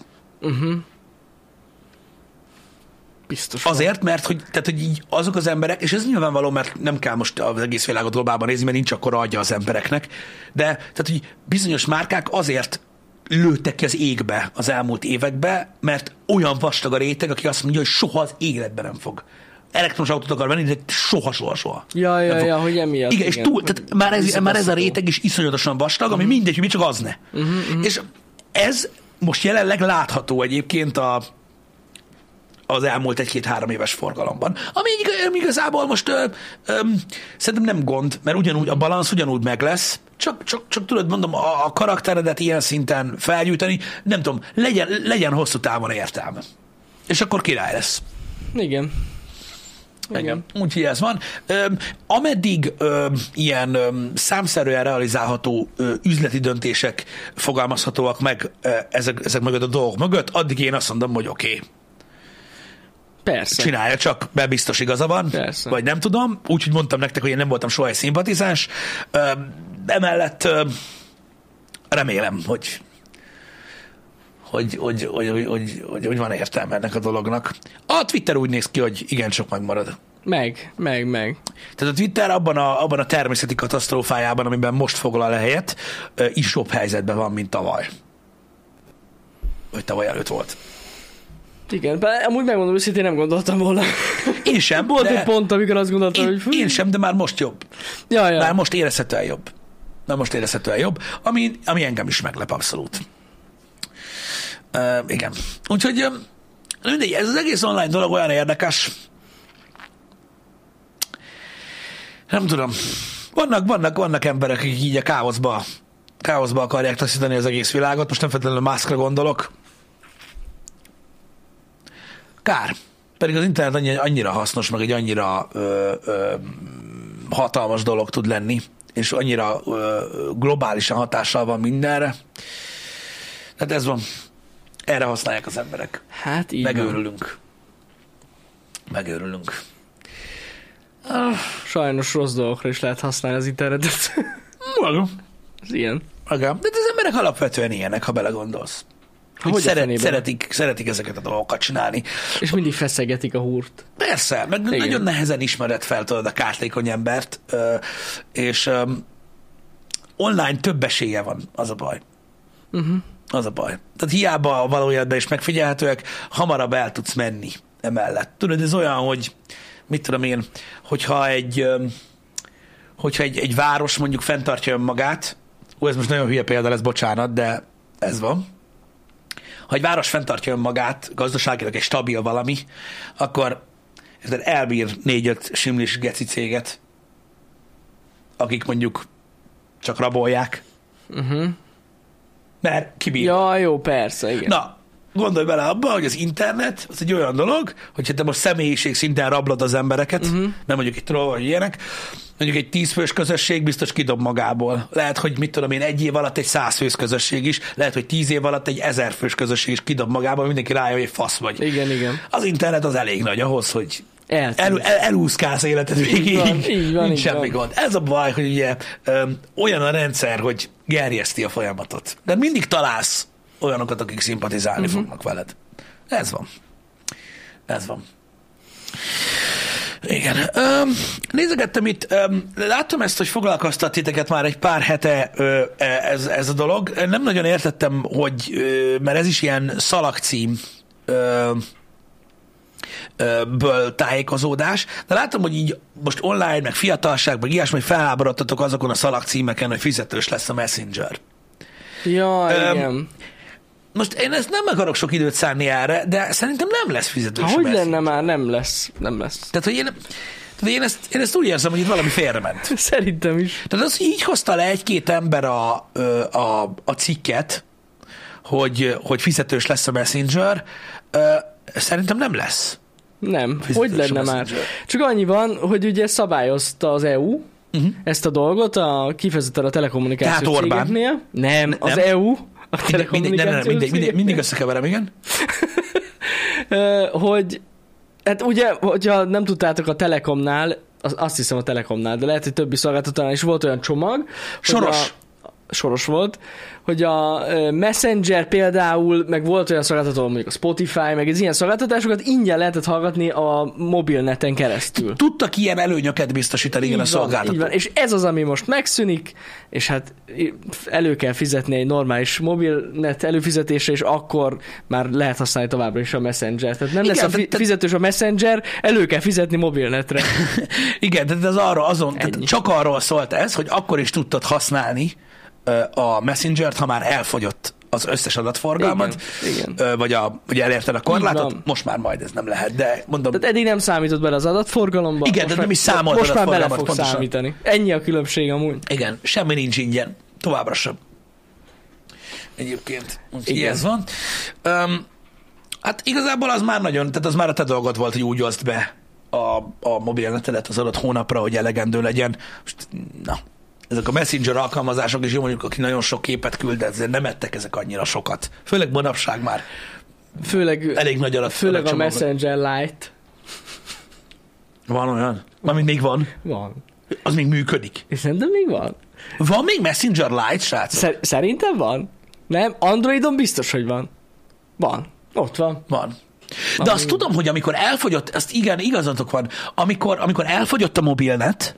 Speaker 2: Biztos.
Speaker 1: Azért, mert hogy így azok az emberek, és ez nyilvánvaló, mert nem kell most az egész világot globálban nézni, mert nincs akkora agya az embereknek, de tehát, hogy bizonyos márkák azért lőttek ki az égbe az elmúlt évekbe, mert olyan vastag a réteg, aki azt mondja, hogy soha az életben nem fog elektromos autót akar venni, de soha.
Speaker 2: Ja, hogy emiatt.
Speaker 1: Igen, és tehát már ez a réteg is iszonyatosan vastag, ami mindegy, hogy mi csak az ne. És ez most jelenleg látható egyébként az elmúlt 1-2-3 éves forgalomban. Ami igazából most szerintem nem gond, mert ugyanúgy a balansz ugyanúgy meg lesz, csak tudod, mondom, a karakteredet ilyen szinten felgyújtani, nem tudom, legyen hosszú távon értelme. És akkor király lesz.
Speaker 2: Igen.
Speaker 1: Úgyhogy ez van. Ameddig ilyen számszerűen realizálható üzleti döntések fogalmazhatóak meg ezek mögött a dolgok mögött, addig én azt mondom, hogy oké.
Speaker 2: Persze.
Speaker 1: Csinálja csak, mert biztos igaza van,
Speaker 2: persze.
Speaker 1: Vagy nem tudom. Úgyhogy mondtam nektek, hogy én nem voltam soha egy szimpatizáns. Emellett remélem, hogy van értelme ennek a dolognak. A Twitter úgy néz ki, hogy igencsak megmarad.
Speaker 2: Meg.
Speaker 1: Tehát a Twitter abban a természeti katasztrófájában, amiben most foglal helyet, is jobb helyzetben van, mint tavaly. Vagy tavaly előtt volt.
Speaker 2: Igen, bár amúgy megmondom őszintén, nem gondoltam volna.
Speaker 1: Én sem.
Speaker 2: Volt egy pont, amikor azt gondoltam, hogy...
Speaker 1: Én sem, de már most jobb.
Speaker 2: Ja.
Speaker 1: Már most érezhetően jobb. Ami engem is meglep abszolút. Igen. Úgyhogy mindegy, ez az egész online dolog olyan érdekes. Nem tudom. Vannak emberek, akik így a káoszba akarják taszítani az egész világot. Most nem feltétlenül Muskra gondolok. Kár. Pedig az internet annyira hasznos, meg egy annyira hatalmas dolog tud lenni, és annyira globálisan hatással van mindenre. Tehát ez van. Erre használják az emberek.
Speaker 2: Hát így
Speaker 1: Megőrülünk.
Speaker 2: Sajnos rossz dolgokra is lehet használni az internetet. Ez ilyen.
Speaker 1: Igen. De az emberek alapvetően ilyenek, ha belegondolsz. Hogy szeretik ezeket a dolgokat csinálni.
Speaker 2: És mindig feszegetik a húrt.
Speaker 1: Persze, meg
Speaker 2: igen.
Speaker 1: Nagyon nehezen ismered fel tudod a kártékony embert, és online több esélye van, az a baj. Az a baj. Tehát hiába a való életben is megfigyelhetőek, hamarabb el tudsz menni emellett. Tudod, ez olyan, hogy mit tudom én, hogyha egy város mondjuk fenntartja önmagát, ez most nagyon hülye példa lesz, bocsánat, de ez van. Ha egy város fenntartja önmagát, gazdaságilag egy stabil valami, akkor elbír 4-5 simlis geci céget, akik mondjuk csak rabolják. Mert kibír.
Speaker 2: Ja, jó, persze, igen.
Speaker 1: Na, gondolj bele abba, hogy az internet az egy olyan dolog, hogyha te most személyiség szinten rablod az embereket, nem mondjuk egy troll vagy ilyenek, mondjuk egy 10 fős közösség biztos kidob magából. Lehet, hogy mit tudom én, egy év alatt egy 100 fős közösség is, lehet, hogy 10 év alatt egy 1000 fős közösség is kidob magából, mindenki rájön, hogy fasz vagy.
Speaker 2: Igen.
Speaker 1: Az internet az elég nagy ahhoz, hogy elúszkálsz életed végig.
Speaker 2: Így van.
Speaker 1: Nincs semmi gond. Ez a baj, hogy ugye olyan a rendszer, hogy gerjeszti a folyamatot. De mindig találsz olyanokat, akik szimpatizálni fognak veled. Ez van. Igen. Nézegettem itt, láttam ezt, hogy foglalkoztat titeket már egy pár hete ez a dolog. Nem nagyon értettem, hogy, mert ez is ilyen szalagcím ből tájékozódás, de látom, hogy így most online, meg fiatalság, meg ilyesmi, hogy felháborodtatok azokon a szalagcímeken, hogy fizetős lesz a Messenger.
Speaker 2: Ja, igen.
Speaker 1: Most én ezt nem akarok sok időt szánni erre, de szerintem nem lesz fizetős.
Speaker 2: Hogy lenne már? Nem lesz.
Speaker 1: Tehát, hogy én ezt úgy érzem, hogy itt valami félrement.
Speaker 2: Szerintem is.
Speaker 1: Tehát az, hogy így hozta le egy-két ember a cikket, hogy fizetős lesz a Messenger, szerintem nem lesz.
Speaker 2: Nem. Hogy lenne már? Csak annyi van, hogy ugye szabályozta az EU ezt a dolgot, kifejezetten a telekommunikációs cégeknél. Nem, az EU.
Speaker 1: Mindig összekeverem, igen.
Speaker 2: Hogy, hát ugye, hogyha nem tudtátok a Telekomnál, azt hiszem a Telekomnál, de lehet, hogy többi szolgáltatónál is volt olyan csomag. Soros volt, hogy a Messenger például, meg volt olyan szolgáltató, mondjuk a Spotify, meg az ilyen szolgáltatásokat ingyen lehetett hallgatni a mobilneten keresztül.
Speaker 1: Tudtak ilyen előnyöket biztosítani, igen, a szolgáltató.
Speaker 2: Így van, és ez az, ami most megszűnik, és hát elő kell fizetni egy normális mobilnet előfizetésre, és akkor már lehet használni továbbra is a Messenger. Tehát nem lesz fizetős a Messenger, elő kell fizetni mobilnetre.
Speaker 1: Igen, tehát ez csak arról szólt ez, hogy akkor is tudtad használni a Messengert, ha már elfogyott az összes adatforgalmat,
Speaker 2: igen.
Speaker 1: Vagy elérted a korlátot, most már majd ez nem lehet, de mondom...
Speaker 2: Tehát eddig nem számított bele az adatforgalomba.
Speaker 1: Igen, de nem is számolt
Speaker 2: most már bele fog
Speaker 1: pontosan
Speaker 2: számítani. Ennyi a különbség amúgy.
Speaker 1: Igen, semmi nincs ingyen. Továbbra sem. Egyébként. Úgyhogy ez van. Hát igazából az már nagyon, tehát az már a te dolgod volt, hogy úgy oszd be a mobilnetedet az adott hónapra, hogy elegendő legyen. Most, na, ezek a Messenger alkalmazások is jó, mondjuk, aki nagyon sok képet küld, de nem ettek ezek annyira sokat. Főleg manapság már elég nagy alatt.
Speaker 2: Főleg a Messenger Lite.
Speaker 1: Van olyan? Mármint még van?
Speaker 2: Van.
Speaker 1: Az még működik.
Speaker 2: És szerintem még van.
Speaker 1: Van még Messenger Lite, srácok?
Speaker 2: Szerintem van. Nem? Androidon biztos, hogy van. Van. Ott van.
Speaker 1: Van. De azt tudom, hogy amikor elfogyott, azt igen, igazatok van, amikor elfogyott a mobilnet,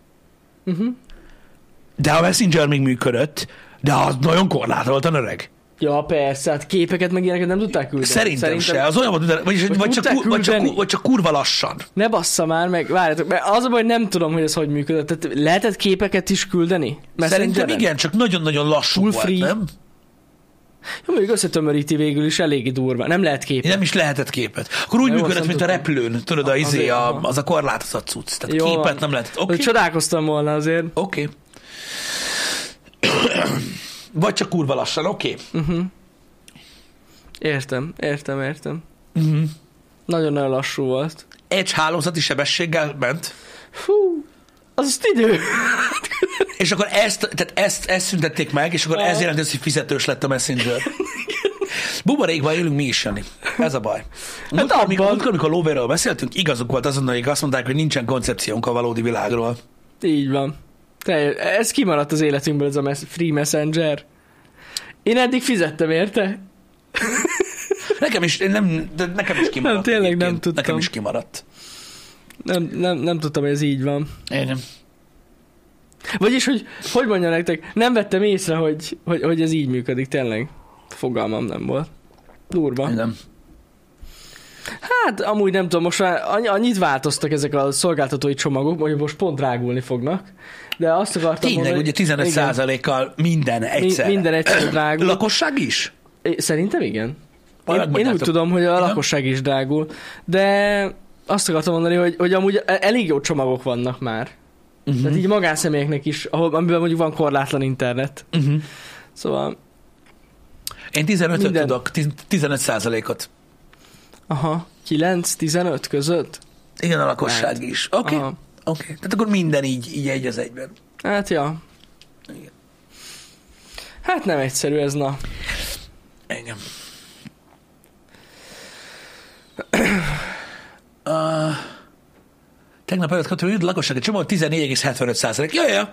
Speaker 1: de a Messenger még működött, de az nagyon korlátoltan öreg.
Speaker 2: Ja, persze, hát képeket meg ilyeneket nem tudták küldeni.
Speaker 1: Szerintem se. Az olyan volt, vagy csak kurva lassan.
Speaker 2: Ne bassza már meg, várjátok, mert az a baj, hogy nem tudom, hogy ez hogy működött. Tehát lehetett képeket is küldeni?
Speaker 1: Szerintem igen, csak nagyon-nagyon lassú volt, nem?
Speaker 2: Jó, mondjuk összetömöríti végül is eléggé durva. Nem lehet képet.
Speaker 1: Nem is lehetett képet. Akkor úgy
Speaker 2: Jó,
Speaker 1: működött,
Speaker 2: azt
Speaker 1: mint
Speaker 2: nem
Speaker 1: a repülőn, tudod, az a korlátozott cucc. Tehát
Speaker 2: Jó,
Speaker 1: képet nem lehetett. Oké.
Speaker 2: Csodálkoztam volna azért.
Speaker 1: Oké. Vagy csak kurva lassan, oké.
Speaker 2: Értem.
Speaker 1: Uh-huh.
Speaker 2: Nagyon-nagyon lassú volt.
Speaker 1: Egy hálózati sebességgel ment,
Speaker 2: Fú, az azt idő.
Speaker 1: és akkor ezt szüntették meg, és akkor ez jelenti, hogy fizetős lett a Messenger. Buborékban élünk mi is, Jani. Ez a baj. Amikor lóvérről beszéltünk, igazuk volt azon, akik azt mondták, hogy nincsen koncepciónk a valódi világról.
Speaker 2: Így van. Ez kimaradt az életünkből, ez a free messenger. Én eddig fizettem érte.
Speaker 1: Nekem is kimaradt.
Speaker 2: Nem, tényleg nem tudtam.
Speaker 1: Nekem is kimaradt.
Speaker 2: Nem tudtam, hogy ez így van.
Speaker 1: Én.
Speaker 2: Vagyis, hogy mondjam nektek, nem vettem észre, hogy ez így működik, tényleg. Fogalmam nem volt. Durva.
Speaker 1: Nem.
Speaker 2: Hát, amúgy nem tudom, most már annyit változtak ezek a szolgáltatói csomagok, hogy most pont drágulni fognak. De azt akartam
Speaker 1: tényleg, ugye 15%-kal minden egyszer.
Speaker 2: Minden egyszer drágul.
Speaker 1: Lakosság is?
Speaker 2: Szerintem igen. Én úgy tudom, hogy a lakosság is drágul. De azt akartam mondani, hogy amúgy elég jó csomagok vannak már. Tehát így magánszemélyeknek is, amiben mondjuk van korlátlan internet. Szóval...
Speaker 1: Én 15-öt tudok, 15%-ot.
Speaker 2: Aha, 9-15 között?
Speaker 1: Igen, a lakosság is. Oké. Tehát akkor minden így egy az egyben.
Speaker 2: Hát, ja.
Speaker 1: Igen.
Speaker 2: Hát nem egyszerű ez, na.
Speaker 1: Igen. Tegnap előtt kaptam, hogy a lakosság egy csomó 14,75%. Ja.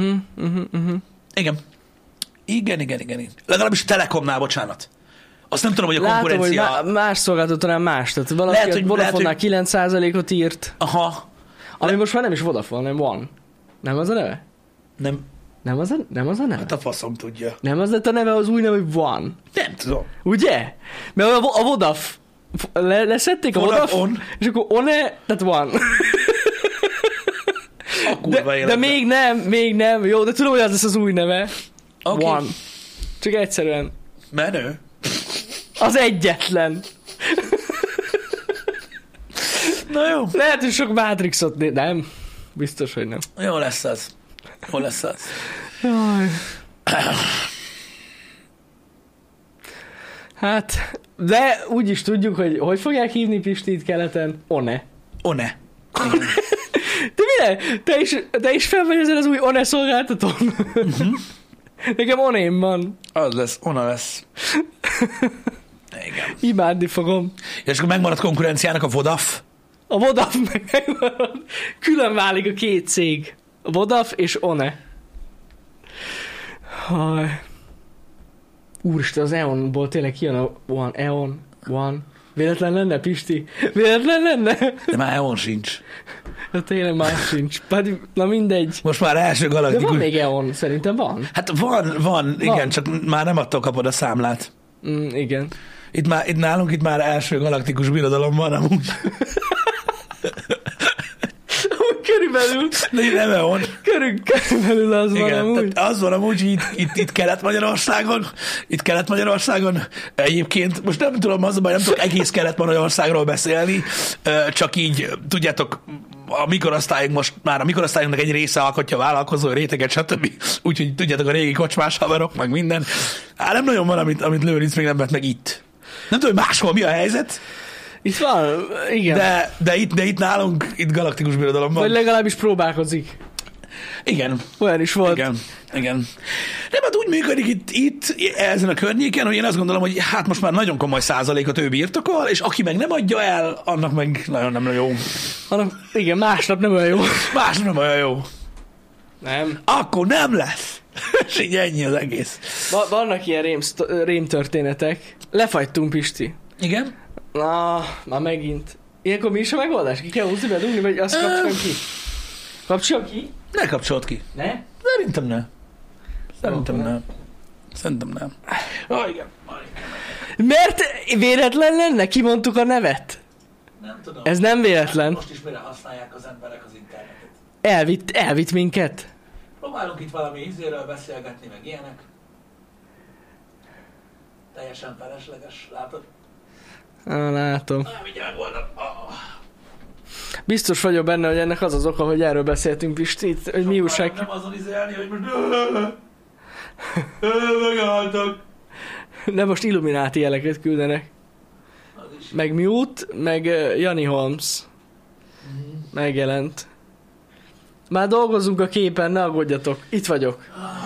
Speaker 1: Igen. Legalábbis a Telekomnál, bocsánat. Azt nem tudom, hogy a konkurencia...
Speaker 2: Látom, hogy más szolgáltatónál más. Tehát valaki a Vodafone-nál 9%-ot írt.
Speaker 1: Aha.
Speaker 2: Ami most már nem is Vodafone, hanem One. Nem az a neve?
Speaker 1: Nem.
Speaker 2: Nem az a neve?
Speaker 1: Hát a faszom tudja.
Speaker 2: Nem az lett a neve, az új neve, hogy One.
Speaker 1: Nem tudom.
Speaker 2: Ugye? Mert a Vodaf. Leszették a Vodaf, és akkor One, tehát One. De még nem. Jó, de tudom, hogy az lesz az új neve.
Speaker 1: Okay.
Speaker 2: One. Csak egyszerűen.
Speaker 1: Menő.
Speaker 2: Az egyetlen.
Speaker 1: Na jó.
Speaker 2: Lehet, hogy sok Matrixot nem. Biztos, hogy nem.
Speaker 1: Jó lesz az.
Speaker 2: Jaj. Hát, de úgy is tudjuk, hogy fogják hívni Pistit keleten? One. De mire? Te is fel vagy ezen az új One szolgáltatón? Nekem Oném van.
Speaker 1: Az lesz, Ona lesz. Igen.
Speaker 2: Imádni fogom.
Speaker 1: És akkor megmaradt konkurenciának a Vodaf?
Speaker 2: A Vodaf megmarad. Külön válik a két cég. A Vodaf és One. Haj. Úristen, az EON-ból tényleg kijön a One. EON. One. Véletlen lenne, Pisti? Véletlen lenne?
Speaker 1: De már EON sincs.
Speaker 2: Hát tényleg már sincs. Pedig, na mindegy.
Speaker 1: Most már első galaktikus.
Speaker 2: De van még EON, szerintem van.
Speaker 1: Hát van, igen, csak már nem attól kapod a számlát.
Speaker 2: Igen.
Speaker 1: Itt nálunk már első galaktikus birodalom van amúgy.
Speaker 2: Körülbelül.
Speaker 1: De nem EON.
Speaker 2: Körülbelül az igen, van amúgy.
Speaker 1: Tehát az van amúgy, itt Kelet-Magyarországon egyébként, most nem tudom, az a baj, nem tudok egész Kelet-Magyarországról beszélni, csak így, tudjátok, a mikorosztályunknak egy része alkotja a vállalkozó réteget, stb. Úgyhogy tudjátok, a régi kocsmás haverok, meg minden. Nem nagyon van, amit Lőrinc még nem vett meg itt. Nem tudom, hogy máshol mi a helyzet.
Speaker 2: Itt van, igen.
Speaker 1: De itt nálunk, itt galaktikus birodalom van.
Speaker 2: Vagy legalábbis próbálkozik.
Speaker 1: Igen.
Speaker 2: Olyan is volt.
Speaker 1: Igen. De hát úgy működik itt ezen a környéken, hogy én azt gondolom, hogy hát most már nagyon komoly százalékot ő birtokol, és aki meg nem adja el, annak meg nagyon nem jó.
Speaker 2: Igen, másnap nem olyan jó.
Speaker 1: Másnap nem olyan jó.
Speaker 2: Nem.
Speaker 1: Akkor nem lesz. És így ennyi az egész.
Speaker 2: Vannak ilyen rémtörténetek. Lefagytunk, Pisti.
Speaker 1: Igen?
Speaker 2: Na, már megint. Ilyenkor mi is a megoldás? Ki kell húzni, bedugni, vagy azt kapcsolom ki? Kapcsolom ki?
Speaker 1: Ne kapcsolt ki.
Speaker 2: Ne?
Speaker 1: Szerintem nem. Igen.
Speaker 2: Mert véletlen lenne? Kimondtuk a nevet?
Speaker 1: Nem tudom.
Speaker 2: Ez nem véletlen.
Speaker 1: Most is mire használják az emberek az internetet.
Speaker 2: Elvitt minket.
Speaker 1: Próbálunk itt valami ízéről beszélgetni, meg ilyenek. Teljesen felesleges, látod?
Speaker 2: Látom.
Speaker 1: Mindjárt megoldom.
Speaker 2: Biztos vagyok benne, hogy ennek az az oka, hogy erről beszéltünk, Pisti, hogy mi újság.
Speaker 1: Nem azon izélni, hogy most meghaltak.
Speaker 2: De most Illumináti jeleket küldenek. Meg Mute, meg Jani Holmes. Megjelent. Már dolgozunk a képen, ne aggódjatok. Itt vagyok.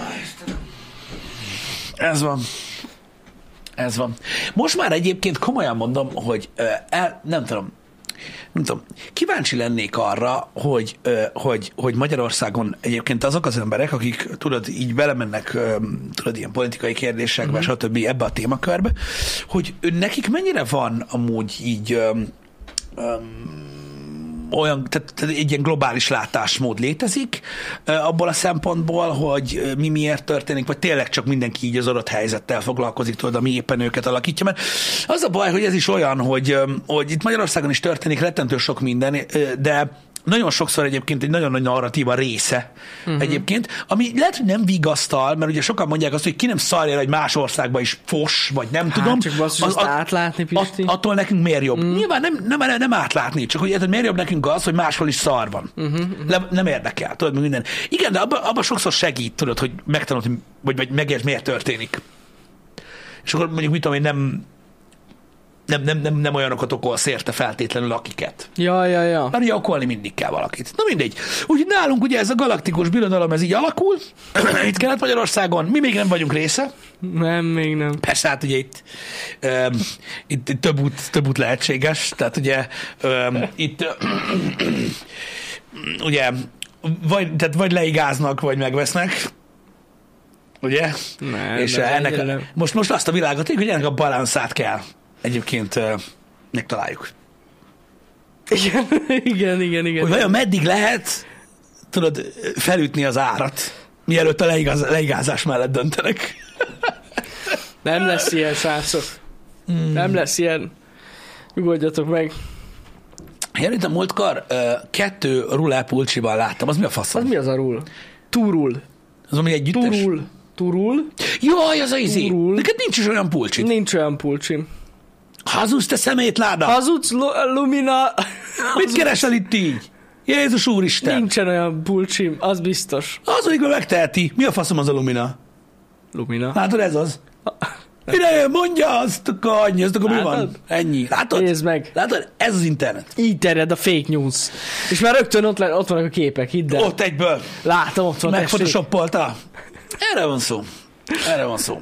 Speaker 1: Ez van. Ez van. Most már egyébként komolyan mondom, hogy nem tudom, kíváncsi lennék arra, hogy Magyarországon egyébként azok az emberek, akik tudod, így belemennek ilyen politikai kérdésekbe, stb. Ebbe a témakörbe, hogy nekik mennyire van amúgy így olyan, tehát egy ilyen globális látásmód létezik abból a szempontból, hogy mi miért történik, vagy tényleg csak mindenki így az adott helyzettel foglalkozik, tudod, ami éppen őket alakítja, mert az a baj, hogy ez is olyan, hogy itt Magyarországon is történik rettentő sok minden, de nagyon sokszor egyébként egy nagyon nagy narratíva része egyébként, ami lehet, hogy nem vigasztal, mert ugye sokan mondják azt, hogy ki nem szarja, hogy más országban is fos, vagy nem tudom.
Speaker 2: Csak azt átlátni, Pisti.
Speaker 1: Attól nekünk miért jobb? Nyilván nem átlátni, csak hogy miért jobb nekünk az, hogy máshol is szar van. Nem érdekel, tudod, meg minden. Igen, de abban sokszor segít, tudod, hogy megtanulod, vagy megértsd, miért történik. És akkor mondjuk, mit tudom én, nem olyanokat okolsz érte feltétlenül, akiket.
Speaker 2: Ja.
Speaker 1: Mert ugye okolni mindig kell valakit. Na mindegy. Úgyhogy nálunk ugye ez a galaktikus birodalom, ez így alakul. Itt Kelet-Magyarországon. Mi még nem vagyunk része.
Speaker 2: Nem, még nem.
Speaker 1: Persze, hát ugye itt több út lehetséges. Tehát ugye itt ugye vagy leigáznak, vagy megvesznek. Ugye?
Speaker 2: Nem,
Speaker 1: és most azt a világot, hogy ennek a balanszát kell egyébként megtaláljuk.
Speaker 2: Igen.
Speaker 1: Hogy vajon meddig lehet, tudod, felütni az árat, mielőtt a leigázás mellett döntenek.
Speaker 2: Nem lesz ilyen, srácok. Nem lesz ilyen. Nyugodjatok meg.
Speaker 1: Én itt a múltkor 2 rulá pulcsiban láttam. Az mi a faszom?
Speaker 2: Az mi az a rul? Turul.
Speaker 1: Az ami együttes?
Speaker 2: Turul.
Speaker 1: Jaj, az a izé. Neked nincs is olyan pulcsi.
Speaker 2: Nincs olyan pulcsim.
Speaker 1: Hazudsz, te szemétláda!
Speaker 2: Hazudsz, Lumina!
Speaker 1: Mit keresel itt így? Jézus úristen!
Speaker 2: Nincsen olyan pulcsim, az biztos.
Speaker 1: Az, amikor megteheti. Mi a faszom az a Lumina?
Speaker 2: Lumina?
Speaker 1: Látod, ez az? Mire mondja azt, akkor annyi, azt akkor mi van? Ennyi. Látod?
Speaker 2: Nézd meg.
Speaker 1: Látod? Ez az internet.
Speaker 2: Így terjed a fake news. És már rögtön ott vannak a képek, hidd el.
Speaker 1: Ott egyből.
Speaker 2: Látom, ott van.
Speaker 1: Megphotoshopolta. Erre van szó.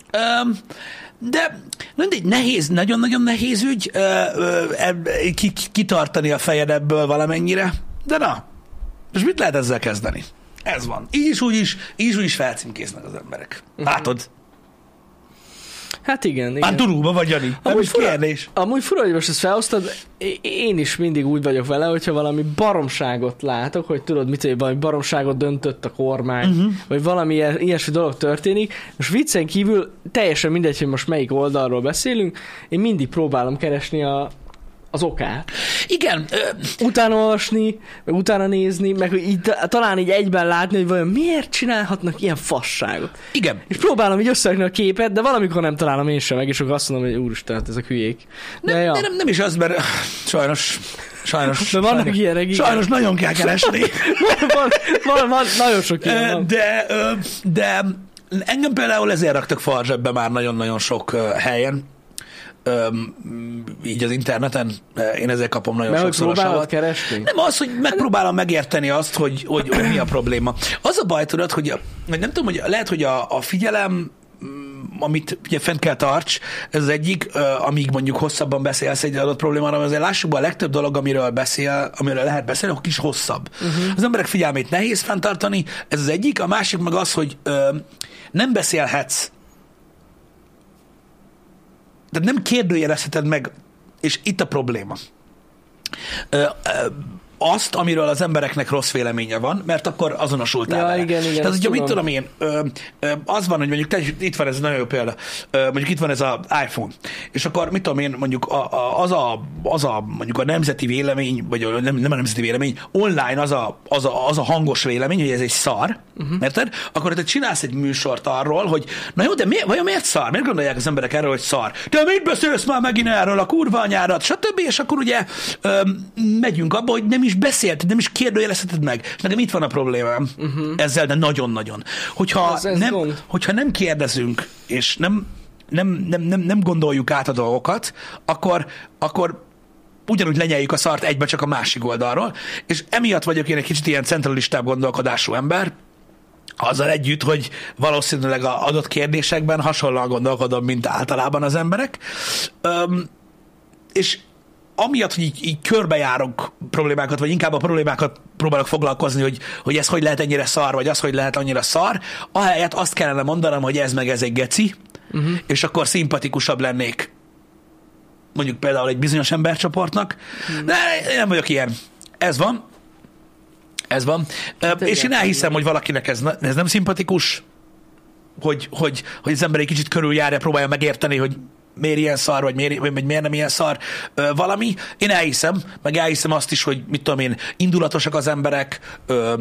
Speaker 1: De nehéz, nagyon-nagyon nehéz ügy kitartani a fejed ebből valamennyire. De na, most mit lehet ezzel kezdeni? Ez van. Így is úgy is felcímkéznek az emberek. Látod?
Speaker 2: Hát igen.
Speaker 1: Már durulva vagy, Jani.
Speaker 2: Amúgy fura, hogy most ezt felhoztad, én is mindig úgy vagyok vele, hogyha valami baromságot látok, hogy tudod, valami baromságot döntött a kormány, vagy valami ilyesmi dolog történik. Most viccen kívül teljesen mindegy, hogy most melyik oldalról beszélünk, én mindig próbálom keresni az okát.
Speaker 1: Igen.
Speaker 2: Utána olvasni, meg utána nézni, meg így, talán így egyben látni, hogy vajon miért csinálhatnak ilyen fasságot.
Speaker 1: Igen.
Speaker 2: És próbálom így összerakni a képet, de valamikor nem találom én sem meg, és akkor azt mondom, hogy úristen, hát ezek hülyék. De
Speaker 1: nem is az, mert sajnos.
Speaker 2: De vannak ilyenek.
Speaker 1: Sajnos nagyon kell keresni.
Speaker 2: van, nagyon sok ilyen van.
Speaker 1: De engem például ezért raktak farzsebbe már nagyon-nagyon sok helyen. Így az interneten, én ezért kapom nagyon sokszor a savat.
Speaker 2: Keresni?
Speaker 1: Nem az, hogy megpróbálom megérteni azt, hogy mi a probléma. Az a baj, tudod, hogy nem tudom, hogy lehet, hogy a figyelem, amit ugye fent kell tarts, ez az egyik, amíg mondjuk hosszabban beszélsz egy adott problémára, azért lássuk be, a legtöbb dolog, amiről lehet beszélni, akkor kis hosszabb. Az emberek figyelmét nehéz fenntartani, ez az egyik, a másik meg az, hogy nem beszélhetsz, de nem kérdőjelezheted meg, és itt a probléma. Azt, amiről az embereknek rossz véleménye van, mert akkor azonosultál vele.
Speaker 2: Igen,
Speaker 1: tehát, hogyha mit tudom én, az van, hogy mondjuk itt van ez a nagyon jó példa, mondjuk itt van ez az iPhone, és akkor mit tudom én, mondjuk az a mondjuk a nemzeti vélemény, vagy nem a nemzeti vélemény, online az a hangos vélemény, hogy ez egy szar, érted? Akkor te csinálsz egy műsort arról, hogy na jó, de vajon miért szar? Miért gondolják az emberek erről, hogy szar? De mit beszélsz már megint erről, a kurva anyárat, stb. És akkor ugye megyünk abba, hogy nem is beszélted, nem is kérdőjelezheted meg. És nekem itt van a problémám ezzel, de nagyon-nagyon. Hogyha nem kérdezünk, és nem gondoljuk át a dolgokat, akkor ugyanúgy lenyeljük a szart egybe csak a másik oldalról, és emiatt vagyok én egy kicsit ilyen centralistább gondolkodású ember, azzal együtt, hogy valószínűleg az adott kérdésekben hasonlóan gondolkodom, mint általában az emberek. És amiatt, hogy így körbejárok problémákat, vagy inkább a problémákat próbálok foglalkozni, hogy ez hogy lehet ennyire szar, vagy az hogy lehet annyira szar, ahelyett azt kellene mondanom, hogy ez meg ez egy geci, és akkor szimpatikusabb lennék mondjuk például egy bizonyos embercsoportnak, de én nem vagyok ilyen. Ez van. És én elhiszem, hogy valakinek ez nem szimpatikus, hogy az ember egy kicsit körüljárja, próbálja megérteni, hogy miért ilyen szar, vagy miért nem ilyen szar valami. Én elhiszem, meg elhiszem azt is, hogy mit tudom én, indulatosak az emberek,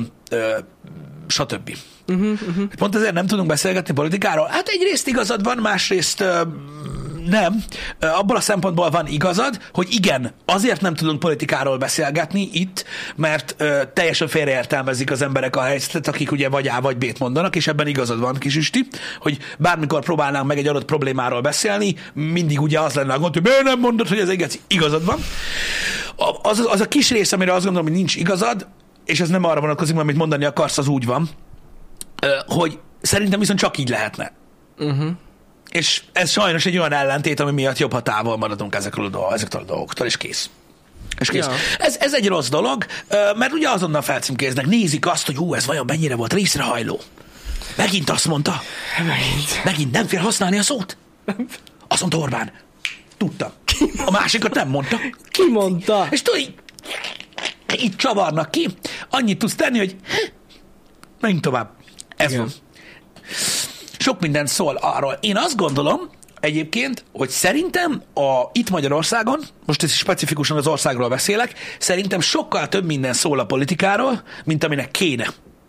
Speaker 1: stb. Pont ezért nem tudunk beszélgetni politikáról. Hát egyrészt igazad van, másrészt nem. Abból a szempontból van igazad, hogy igen, azért nem tudunk politikáról beszélgetni itt, mert teljesen félreértelmezik az emberek a helyzetet, akik ugye vagy A vagy B-t mondanak, és ebben igazad van, kis Isti, hogy bármikor próbálnánk meg egy adott problémáról beszélni, mindig ugye az lenne a gond, hogy miért nem mondod, hogy ez egy igazad van. Az a kis rész, amire azt gondolom, hogy nincs igazad, és ez nem arra vonatkozik, amit mondani akarsz, az úgy van, hogy szerintem viszont csak így lehetne. És ez sajnos egy olyan ellentét, ami miatt jobb, ha távol maradunk ezektől a dolgoktól, és kész. Ja. Ez egy rossz dolog, mert ugye azonnal felcímkéznek, nézik azt, hogy ez vajon mennyire volt részrehajló. Megint azt mondta. Megint nem fél használni a szót. Azt mondta Orbán. Tudtam. A másikat nem mondta.
Speaker 2: Ki mondta?
Speaker 1: És tudod, így csavarnak ki. Annyit tudsz tenni, hogy menjünk tovább. Ez van. Sok minden szól arról. Én azt gondolom egyébként, hogy szerintem itt Magyarországon, most ez specifikusan az országról beszélek, szerintem sokkal több minden szól a politikáról, mint aminek kéne.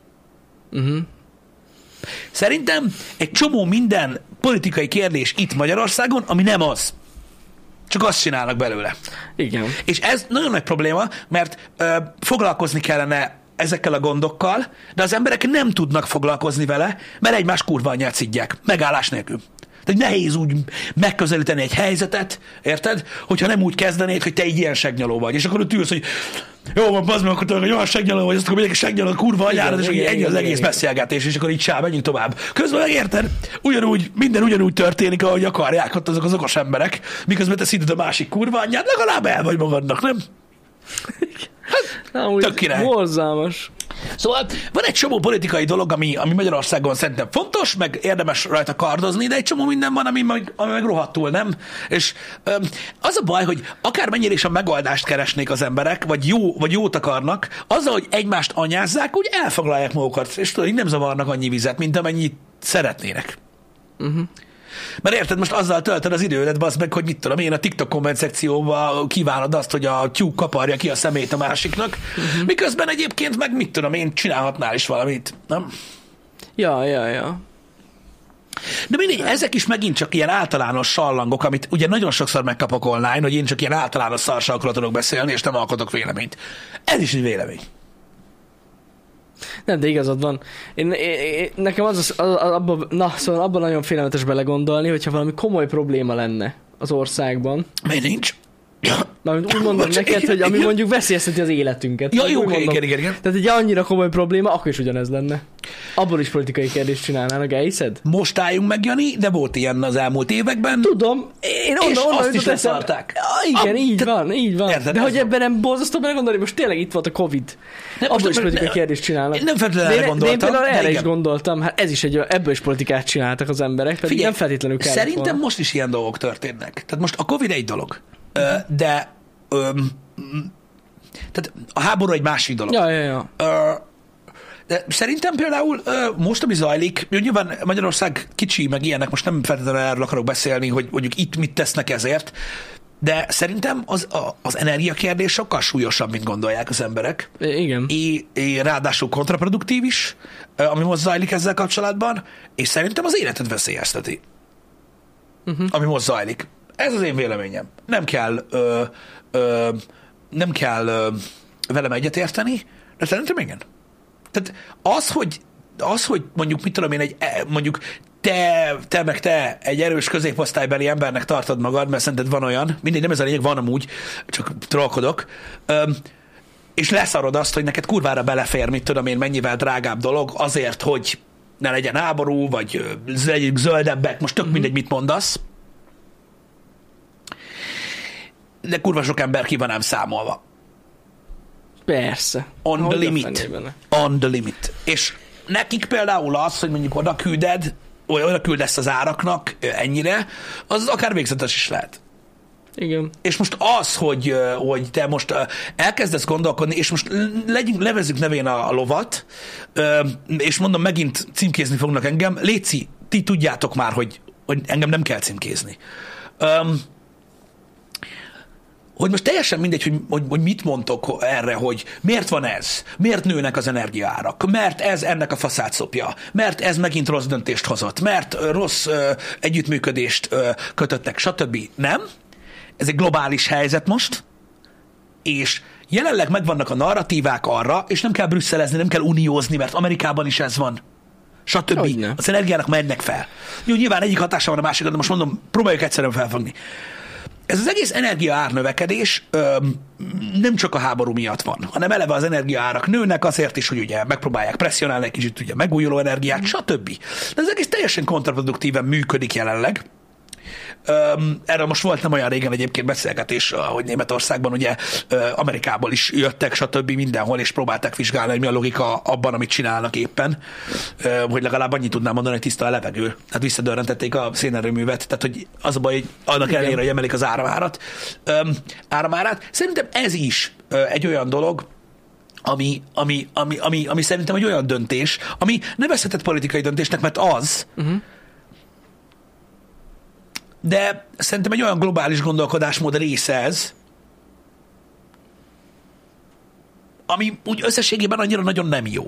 Speaker 1: Szerintem egy csomó minden politikai kérdés itt Magyarországon, ami nem az. Csak azt csinálnak belőle.
Speaker 2: Igen.
Speaker 1: És ez nagyon nagy probléma, mert foglalkozni kellene ezekkel a gondokkal, de az emberek nem tudnak foglalkozni vele, mert egymás kurva anyját szidják, megállás nélkül. Tehát nehéz úgy megközelíteni egy helyzetet, érted? Hogyha nem úgy kezdenéd, hogy te egy ilyen segnyaló vagy. És akkor ott ülsz, hogy jó van, bazd meg, akkor te olyan segnyaló vagy, azt akkor mindenki segnyaló a kurva anyárat, és ennyi az egész beszélgetés, és akkor így menjünk tovább. Közben megérted? Minden ugyanúgy történik, ahogy akarják ott azok az okos emberek, miközben te szidod a másik kurva anyját, legalább el vagy magadnak, nem? Tök király.
Speaker 2: Borzalmas.
Speaker 1: Szóval van egy csomó politikai dolog, ami Magyarországon szerintem fontos, meg érdemes rajta kardozni, de egy csomó minden van, ami meg rohadtul nem. És az a baj, hogy akármennyire is a megoldást keresnék az emberek, vagy jót akarnak, azzal, hogy egymást anyázzák, úgy elfoglalják magukat, és tudod, így nem zavarnak annyi vizet, mint amennyit szeretnének. Mert érted, most azzal töltöd az idődet, bazd meg, hogy mit tudom én, a TikTok komment szekcióba kívánod azt, hogy a tyúk kaparja ki a szemét a másiknak, miközben egyébként meg mit tudom én, csinálhatnál is valamit, nem?
Speaker 2: Ja.
Speaker 1: De mindegy, ezek is megint csak ilyen általános sallangok, amit ugye nagyon sokszor megkapok online, hogy én csak ilyen általános szarságokról tudok beszélni, és nem alkotok véleményt. Ez is egy vélemény.
Speaker 2: Nem, de igazad van. Nekem abban nagyon félelmetes belegondolni, hogyha valami komoly probléma lenne az országban.
Speaker 1: Miért nincs?
Speaker 2: Úgy mondom neked, hogy ami mondjuk veszélyezteti az életünket.
Speaker 1: Ja, jó, igen.
Speaker 2: Tehát egy annyira komoly probléma, akkor is ugyanez lenne. Abból is politikai kérdést csinálnának, elhiszed?
Speaker 1: Most álljunk meg, Jani, de volt ilyen az elmúlt években.
Speaker 2: Tudom. Én
Speaker 1: azt is leszarták.
Speaker 2: Igen, így van.
Speaker 1: Érted,
Speaker 2: de hogy ebben nem borzasztó belegondolni, most tényleg itt volt a Covid. Abból is politikai kérdést csinálnak.
Speaker 1: Nem feltétlenül erre gondoltam.
Speaker 2: Én például erre is gondoltam. Hát ez is ebből is politikát csináltak az emberek, pedig figyelj, nem feltétlenül kellett
Speaker 1: szerintem
Speaker 2: volna.
Speaker 1: most is ilyen dolgok történnek. Tehát most a Covid egy dolog, de tehát a háború egy másik dolog.
Speaker 2: Ja.
Speaker 1: De szerintem például most, ami zajlik, nyilván Magyarország kicsi, meg ilyenek, most nem feltétlenül erről akarok beszélni, hogy mondjuk itt mit tesznek ezért, de szerintem az energiakérdés sokkal súlyosabb, mint gondolják az emberek.
Speaker 2: Igen.
Speaker 1: Ráadásul kontraproduktív is, ami most zajlik ezzel kapcsolatban, és szerintem az életet veszélyezteti, ami most zajlik. Ez az én véleményem. Nem kell velem egyetérteni, de szerintem igen. Tehát az, hogy mondjuk, mit tudom én, mondjuk te meg te egy erős középosztálybeli embernek tartod magad, mert szerinted van olyan, mindegy, nem ez a lényeg, van amúgy, csak trollkodok, és leszarod azt, hogy neked kurvára belefér, mit tudom én, mennyivel drágább dolog, azért, hogy ne legyen háború, vagy legyünk zöldebbek, most tök mindegy, mit mondasz, de kurva sok ember ki van ám számolva.
Speaker 2: Persze.
Speaker 1: On the limit. És nekik például az, hogy mondjuk oda küldesz az áraknak ennyire, az akár végzetes is lehet.
Speaker 2: Igen.
Speaker 1: És most az, hogy te most elkezdesz gondolkodni, és most levezzük nevén a lovat, és mondom, megint címkézni fognak engem, léci, ti tudjátok már, hogy engem nem kell címkézni. Hogy most teljesen mindegy, hogy mit mondtok erre, hogy miért van ez, miért nőnek az energiaárak, mert ez ennek a faszát szopja, mert ez megint rossz döntést hozott, mert rossz együttműködést kötöttek, stb. Nem. Ez egy globális helyzet most, és jelenleg megvannak a narratívák arra, és nem kell brüsszelezni, nem kell uniózni, mert Amerikában is ez van, stb. Az energiának mennek fel. Jó, nyilván egyik hatása van a másikra, de most mondom, próbáljuk egyszerűen felfogni. Ez az egész energia árnövekedés nem csak a háború miatt van, hanem eleve az energiaárak nőnek azért is, hogy ugye megpróbálják presszionálni egy kicsit ugye megújuló energiát, stb. De ez egész teljesen kontraproduktíven működik jelenleg. Erről most volt nem olyan régen egyébként beszélgetés, hogy Németországban ugye Amerikából is jöttek, stb. Mindenhol, és próbálták vizsgálni, hogy mi a logika abban, amit csinálnak éppen, hogy legalább annyit tudnám mondani, hogy tiszta a levegő. Tehát visszadörrentették a szénerőművet, tehát hogy az a baj, hogy annak ellenére, hogy emelik az áramárát. Szerintem ez is egy olyan dolog, ami szerintem egy olyan döntés, ami nevezhetett politikai döntésnek, mert az, de szerintem egy olyan globális gondolkodásmód része ez, ami úgy összességében annyira nagyon nem jó.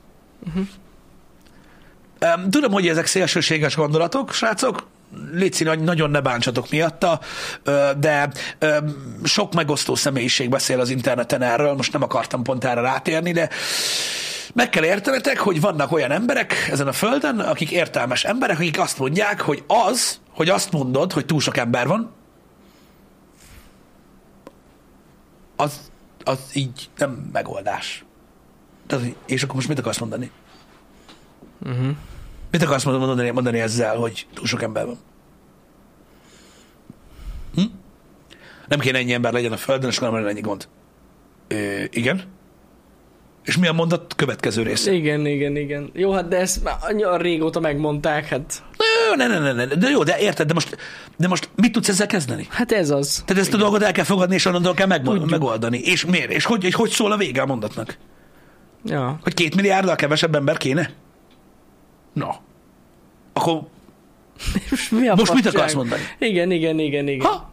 Speaker 1: Tudom, hogy ezek szélsőséges gondolatok, srácok, légy színe, hogy nagyon ne bántsatok miatta, de sok megosztó személyiség beszél az interneten erről, most nem akartam pont erre rátérni, de meg kell értenetek, hogy vannak olyan emberek ezen a földön, akik értelmes emberek, akik azt mondják, hogy hogy azt mondod, hogy túl sok ember van, az így nem megoldás. Tehát, és akkor most mit akarsz mondani? Mit akarsz mondani ezzel, hogy túl sok ember van? Nem kéne ennyi ember legyen a földön, és nem lenne ennyi gond. Igen? És mi a mondat következő része?
Speaker 2: Igen. Jó, hát de ezt már annyira régóta megmondták, hát...
Speaker 1: Ne. De jó, de érted, de most mit tudsz ezzel kezdeni?
Speaker 2: Hát ez az.
Speaker 1: Tehát ezt a dolgot el kell fogadni, és onnantól kell megoldani. És miért? És hogy szól a vége a mondatnak?
Speaker 2: Ja.
Speaker 1: Hogy 2 milliárddal kevesebb ember kéne? Na. Akkor... most mit akarsz mondani?
Speaker 2: Igen.
Speaker 1: Ha?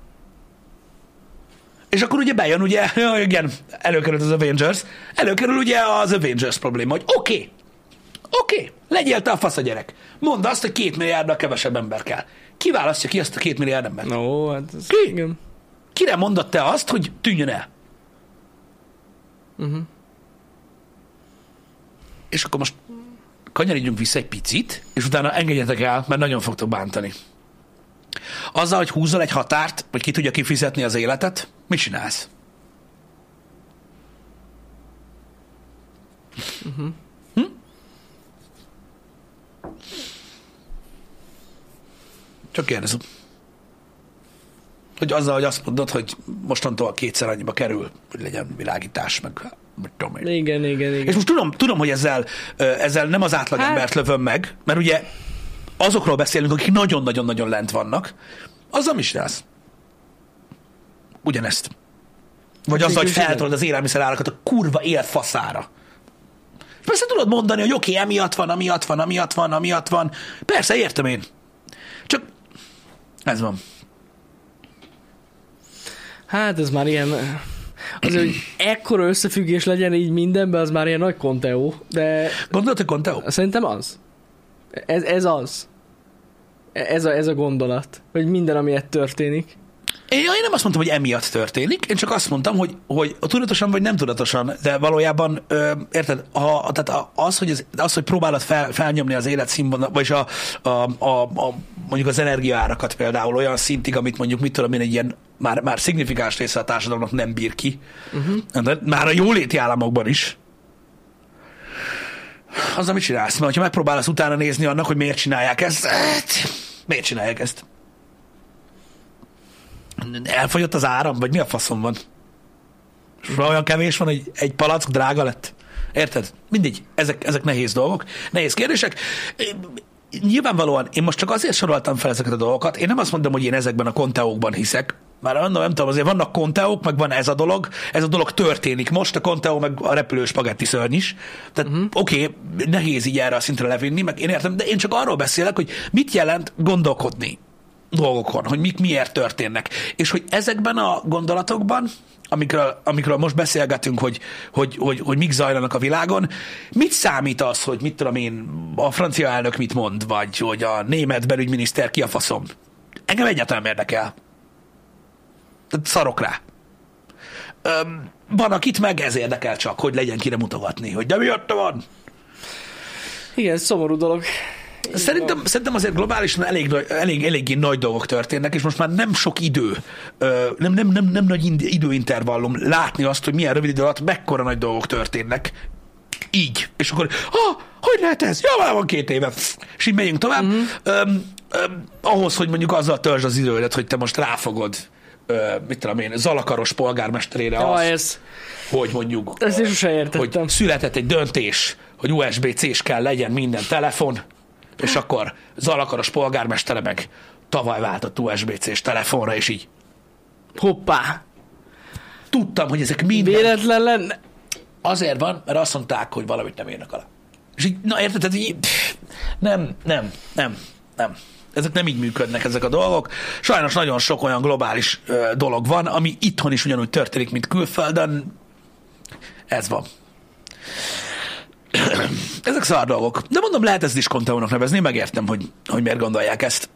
Speaker 1: És akkor ugye bejön, ugye, igen, előkerült az Avengers, előkerül ugye az Avengers probléma, hogy oké, legyél te a fasz a gyerek. Mondd azt, hogy 2 milliárddal kevesebb ember kell. Ki választja ki azt a 2 milliárd embert?
Speaker 2: No, hát ez...
Speaker 1: Ki?
Speaker 2: Igen.
Speaker 1: Kire mondod te azt, hogy tűnjön el? És akkor most kanyarodjunk vissza egy picit, és utána engedjetek el, mert nagyon fogtok bántani. Azzal, hogy húzzal egy határt, vagy ki tudja kifizetni az életet, mit csinálsz? Csak kérdezem. Hogy azzal, hogy azt mondod, hogy mostantól 2-szer annyiba kerül, hogy legyen világítás, meg tudom én.
Speaker 2: Igen.
Speaker 1: És most tudom, hogy ezzel nem az átlagembert lövöm meg, mert ugye azokról beszélünk, akik nagyon-nagyon-nagyon lent vannak, azzal mi csinálsz? Ugyanezt. Vagy azzal, hogy feltolod az élelmiszer árakat a kurva életfaszára. Persze tudod mondani, hogy oké, emiatt van. Persze, értem én. Csak ez van.
Speaker 2: Hát ez már ilyen... Azért, hogy ekkora összefüggés legyen így mindenben, az már ilyen nagy konteó, de...
Speaker 1: Gondolod, hogy konteó?
Speaker 2: Szerintem az. Ez az. Ez a gondolat. Hogy minden, ami itt történik.
Speaker 1: Én nem azt mondtam, hogy emiatt történik, én csak azt mondtam, hogy tudatosan vagy nem tudatosan, de valójában, érted, tehát az, hogy próbálod felnyomni az életszínvonalat, vagyis mondjuk az energiaárakat például olyan szintig, amit mondjuk, mit tudom én, egy ilyen már szignifikáns része a társadalomnak nem bír ki. De már a jóléti államokban is. Azzal mit csinálsz? Mert hogyha megpróbálsz utána nézni annak, hogy miért csinálják ezt, miért csinálják ezt? Elfogyott az áram, vagy mi a faszom van? És olyan kevés van, hogy egy palack drága lett. Érted? Mindig. Ezek nehéz dolgok, nehéz kérdések. Nyilvánvalóan én most csak azért soroltam fel ezeket a dolgokat. Én nem azt mondom, hogy én ezekben a konteókban hiszek. Már nem tudom, azért vannak konteók, meg van ez a dolog. Ez a dolog történik most, a konteó, meg a repülő spagetti szörny is. Tehát oké, nehéz így erre a szintre levinni, meg én értem, de én csak arról beszélek, hogy mit jelent gondolkodni dolgokon, hogy miért történnek. És hogy ezekben a gondolatokban, amikről most beszélgetünk, hogy mik zajlanak a világon, mit számít az, hogy mit tudom én, a francia elnök mit mond, vagy hogy a német belügyminiszter ki a faszom? Engem egyáltalán érdekel. Tehát szarok rá. Van, akit meg ez érdekel csak, hogy legyen kire mutogatni, hogy de miatta van.
Speaker 2: Igen, szomorú dolog.
Speaker 1: Szerintem azért globálisan eléggé nagy dolgok történnek, és most már nem sok idő, nem nagy időintervallum látni azt, hogy milyen rövid idő alatt mekkora nagy dolgok történnek. Így. És akkor, hogy lehet ez? Ja, már van 2 éve. És így megyünk tovább. Ahhoz, hogy mondjuk azzal törzs az idődet, hogy te most ráfogod, mit tudom én, Zalakaros polgármesterére azt, hogy mondjuk,
Speaker 2: ezt is
Speaker 1: hogy született egy döntés, hogy USB-C-s kell legyen minden telefon, és akkor Zalakaros polgármestere meg tavaly váltott USB-C-s telefonra, és így
Speaker 2: hoppá!
Speaker 1: Tudtam, hogy ezek minden...
Speaker 2: Véletlen lenne?
Speaker 1: Azért van, mert azt mondták, hogy valamit nem érnek alá. És így, na érted, tehát így, nem. Ezek nem így működnek, ezek a dolgok. Sajnos nagyon sok olyan globális dolog van, ami itthon is ugyanúgy történik, mint külföldön. Ez van. Ezek szar dolgok. De mondom, lehet ezt diskonteónak nevezni, megértem, hogy miért gondolják ezt.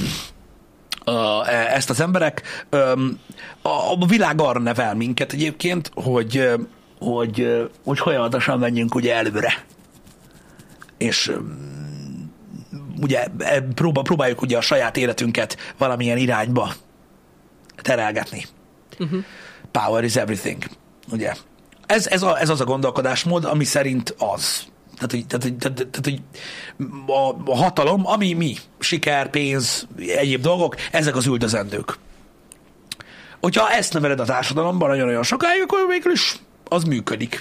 Speaker 1: Ezt az emberek. A világ arra nevel minket egyébként, hogy folyamatosan menjünk ugye előre. És ugye próbáljuk ugye a saját életünket valamilyen irányba terelgetni. Power is everything. Ugye? Ez az a gondolkodásmód, ami szerint az. Tehát, hogy a hatalom, ami mi, siker, pénz, egyéb dolgok, ezek az üldözendők. Hogyha ezt neveled a társadalomban nagyon-nagyon sokáig, akkor végül is az működik.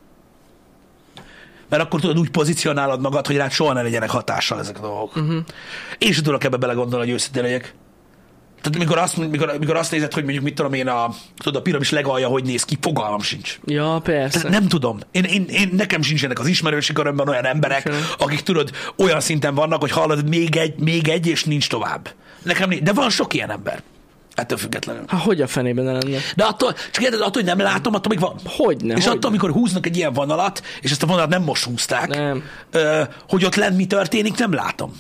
Speaker 1: Mert akkor tudod, úgy pozícionálod magad, hogy rád soha ne legyenek hatással ezek a dolgok. Én sem tudok ebbe belegondolni, hogy őszintén legyek. Tehát mikor azt nézed, hogy mondjuk mit tudom én, a piramis legalja, hogy néz ki, fogalmam sincs.
Speaker 2: Ja, persze.
Speaker 1: Tehát nem tudom. Nekem sincsenek az ismerősi körömben olyan emberek, akik tudod, olyan szinten vannak, hogy hallod, még egy, és nincs tovább. Nekem de van sok ilyen ember. Ettől függetlenül.
Speaker 2: Hogy a fenében ne lenne?
Speaker 1: De attól, csak érted, attól, hogy nem látom, attól még van.
Speaker 2: Hogyne.
Speaker 1: És attól, amikor húznak egy ilyen vonalat, és ezt a vonalat nem most húzták, hogy ott lent mi történik, nem látom.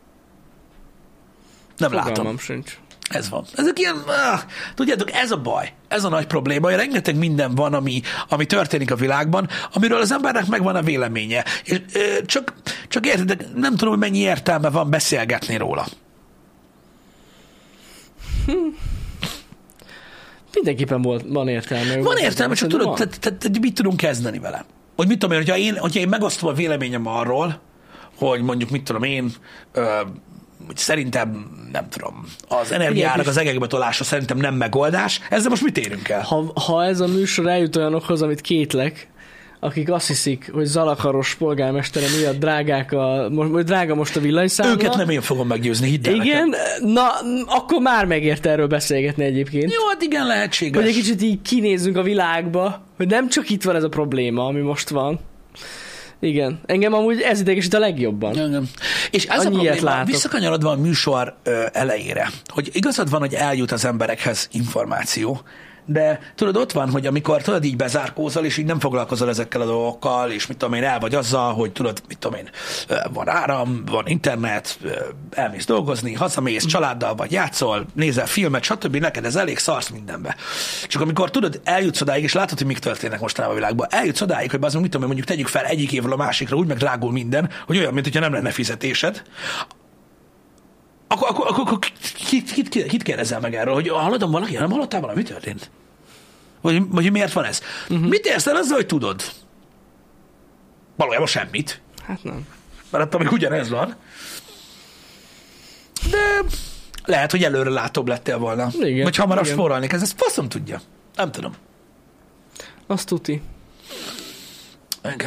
Speaker 1: Nem látom.
Speaker 2: Sincs.
Speaker 1: Ez van. Ezek ilyen, tudjátok, ez a baj, ez a nagy probléma, hogy rengeteg minden van, ami történik a világban, amiről az embernek megvan a véleménye. És csak érted, nem tudom, hogy mennyi értelme van beszélgetni róla.
Speaker 2: Mindenképpen van értelme.
Speaker 1: Van értelme, csak tudod, tehát mit tudunk kezdeni vele? Hogy mit tudom én, hogyha én megosztom a véleményem arról, hogy mondjuk mit tudom én, szerintem, nem tudom, az energiának az egekbe tolása szerintem nem megoldás. Ezzel most mit érünk el?
Speaker 2: Ha ez a műsor eljut olyanokhoz, amit kétlek, akik azt hiszik, hogy Zalakaros polgármestere miatt drága most a villanyszámla.
Speaker 1: Őket nem én fogom meggyőzni, hidd el
Speaker 2: igen,
Speaker 1: nekem.
Speaker 2: Na, akkor már megérte erről beszélgetni egyébként.
Speaker 1: Jó, hát igen, lehetséges.
Speaker 2: Hogy egy kicsit így kinézzünk a világba, hogy nem csak itt van ez a probléma, ami most van, Igen. Engem amúgy ez idegesít a legjobban.
Speaker 1: Igen. És ez
Speaker 2: Annyi
Speaker 1: a
Speaker 2: ilyet
Speaker 1: probléma,
Speaker 2: látok.
Speaker 1: visszakanyarodva a műsor elejére, hogy igazad van, hogy eljut az emberekhez információ, de tudod, ott van, hogy amikor tudod így bezárkózol, és így nem foglalkozol ezekkel a dolgokkal, és mit tudom én, el vagy azzal, hogy tudod, mit tudom én, van áram, van internet, elmész dolgozni, hazamész, családdal vagy játszol, nézel filmet, stb. Neked ez elég, szarsz mindenbe. Csak amikor tudod, eljutsz odáig, és látod, hogy mik történnek mostanában a világban, eljutsz odáig, hogy az, mit tudom én, mondjuk tegyük fel egyik évről a másikra, úgy megdrágul minden, hogy olyan, mintha nem lenne fizetésed, akkor kit kérdezel meg erről, hogy hallottam valaki, nem hallottál valami, mi történt? Vagy miért van ez? Mit érsz el azzal, hogy tudod? Valójában semmit.
Speaker 2: Hát nem.
Speaker 1: Mert attól még ugyanez van. De lehet, hogy előre látóbb lettél volna.
Speaker 2: Igen,
Speaker 1: Vagy hamarabb
Speaker 2: igen.
Speaker 1: spórolni kezd. Ezt faszom tudja. Nem tudom.
Speaker 2: Azt tuti.
Speaker 1: Igen.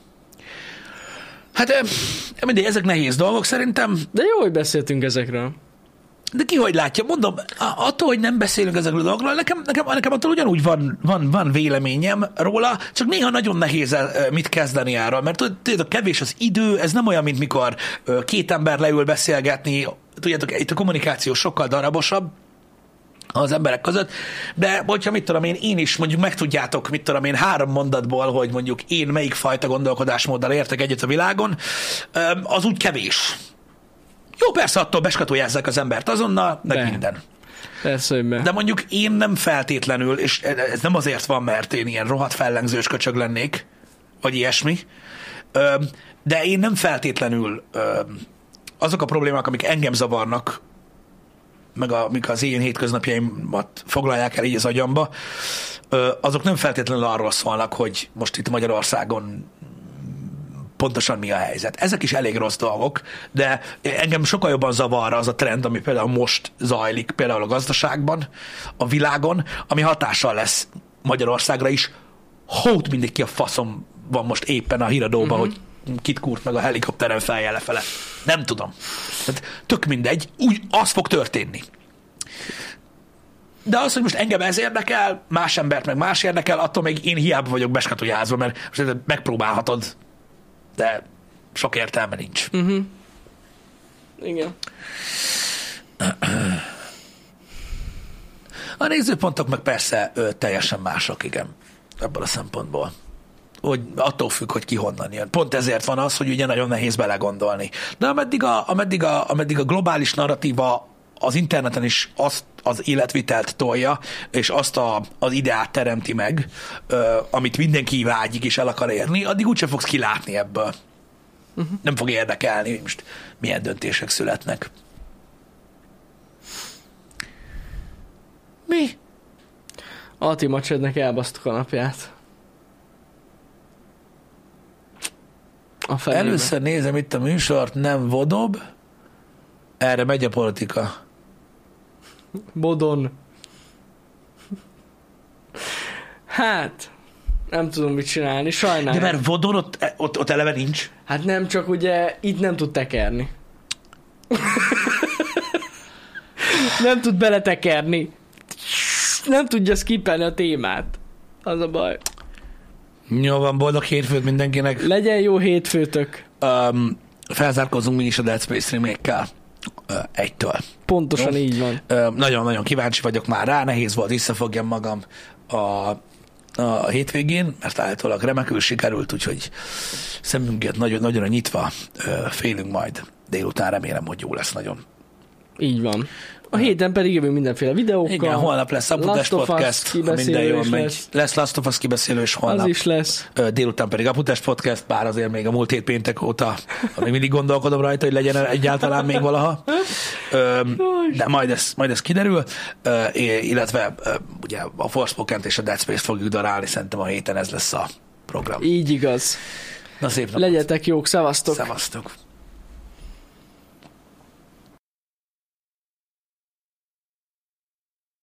Speaker 1: Hát mindegy, ezek nehéz dolgok szerintem.
Speaker 2: De jó, hogy beszéltünk ezekről.
Speaker 1: De ki hogy látja? Mondom, attól, hogy nem beszélünk ezekről a dolgokról, nekem attól ugyanúgy van véleményem róla, csak néha nagyon nehéz mit kezdeni erről, mert tudjátok, kevés az idő, ez nem olyan, mint mikor két ember leül beszélgetni, tudjátok, itt a kommunikáció sokkal darabosabb az emberek között, de hogyha mit tudom én is mondjuk megtudjátok, mit tudom én 3 mondatból, hogy mondjuk én melyik fajta gondolkodásmóddal értek egyet a világon, az úgy kevés. Jó, persze attól beskatoljázzák az embert azonnal, meg
Speaker 2: De.
Speaker 1: minden.
Speaker 2: Persze, hogy be.
Speaker 1: De mondjuk én nem feltétlenül, és ez nem azért van, mert én ilyen rohadt fellengzős köcsög lennék, vagy ilyesmi, de én nem feltétlenül azok a problémák, amik engem zavarnak, meg amik az én hétköznapjaimat foglalják el így az agyamba, azok nem feltétlenül arról szólnak, hogy most itt Magyarországon pontosan mi a helyzet. Ezek is elég rossz dolgok, de engem sokkal jobban zavar az a trend, ami például most zajlik, például a gazdaságban, a világon, ami hatással lesz Magyarországra is. Hót mindig ki a faszom van most éppen a híradóban, hogy kit kúrt meg a helikopteren feljel lefele. Nem tudom. Tehát tök mindegy, úgy az fog történni. De az, hogy most engem ez érdekel, más embert meg más érdekel, attól még én hiába vagyok beskatujázva, mert most megpróbálhatod, de sok értelme nincs.
Speaker 2: Igen.
Speaker 1: A nézőpontok meg persze teljesen mások, igen, ebből a szempontból. Hogy attól függ, hogy ki honnan jön. Pont ezért van az, hogy ugye nagyon nehéz belegondolni. De ameddig a globális narratíva az interneten is azt az életvitelt tolja, és azt az ideát teremti meg, amit mindenki vágyik és el akar érni, addig úgyse fogsz kilátni ebből. Nem fog érdekelni, hogy most milyen döntések születnek. Mi?
Speaker 2: Ati Macsednek elbasztuk a napját. A felébe.
Speaker 1: Először nézem itt a műsort, nem vodob, erre megy a politika.
Speaker 2: Bodon. Hát, nem tudom mit csinálni, sajnálom.
Speaker 1: De mert vodon ott eleve nincs.
Speaker 2: Hát nem, csak ugye itt nem tud tekerni. Nem tud beletekerni. Nem tudja skippelni a témát. Az a baj.
Speaker 1: Jó van, boldog hétfőt mindenkinek.
Speaker 2: Legyen jó hétfőtök.
Speaker 1: Felzárkózunk mi is a Dead Space remake-kel. 1-től.
Speaker 2: Pontosan így van.
Speaker 1: Nagyon-nagyon kíváncsi vagyok már rá, nehéz volt visszafogjam magam a hétvégén, mert állítólag remekül sikerült, úgyhogy szemünket nagyon nyitva félünk majd délután, remélem, hogy jó lesz nagyon.
Speaker 2: Így van. A héten pedig jövünk mindenféle videókkal.
Speaker 1: Igen, holnap lesz Aputest Podcast, ha minden jól megy. Lesz Last of Us kibeszélő, és holnap.
Speaker 2: Az is lesz.
Speaker 1: Délután pedig Aputest Podcast, bár azért még a múlt hét péntek óta még mindig gondolkodom rajta, hogy legyen egyáltalán még valaha. De majd ez kiderül, illetve ugye a Forspoken-t és a Dead Space-t fogjuk darálni, szerintem a héten ez lesz a program.
Speaker 2: Így igaz.
Speaker 1: Na szép napot.
Speaker 2: Legyetek jók, szevasztok!
Speaker 1: Szevasztok.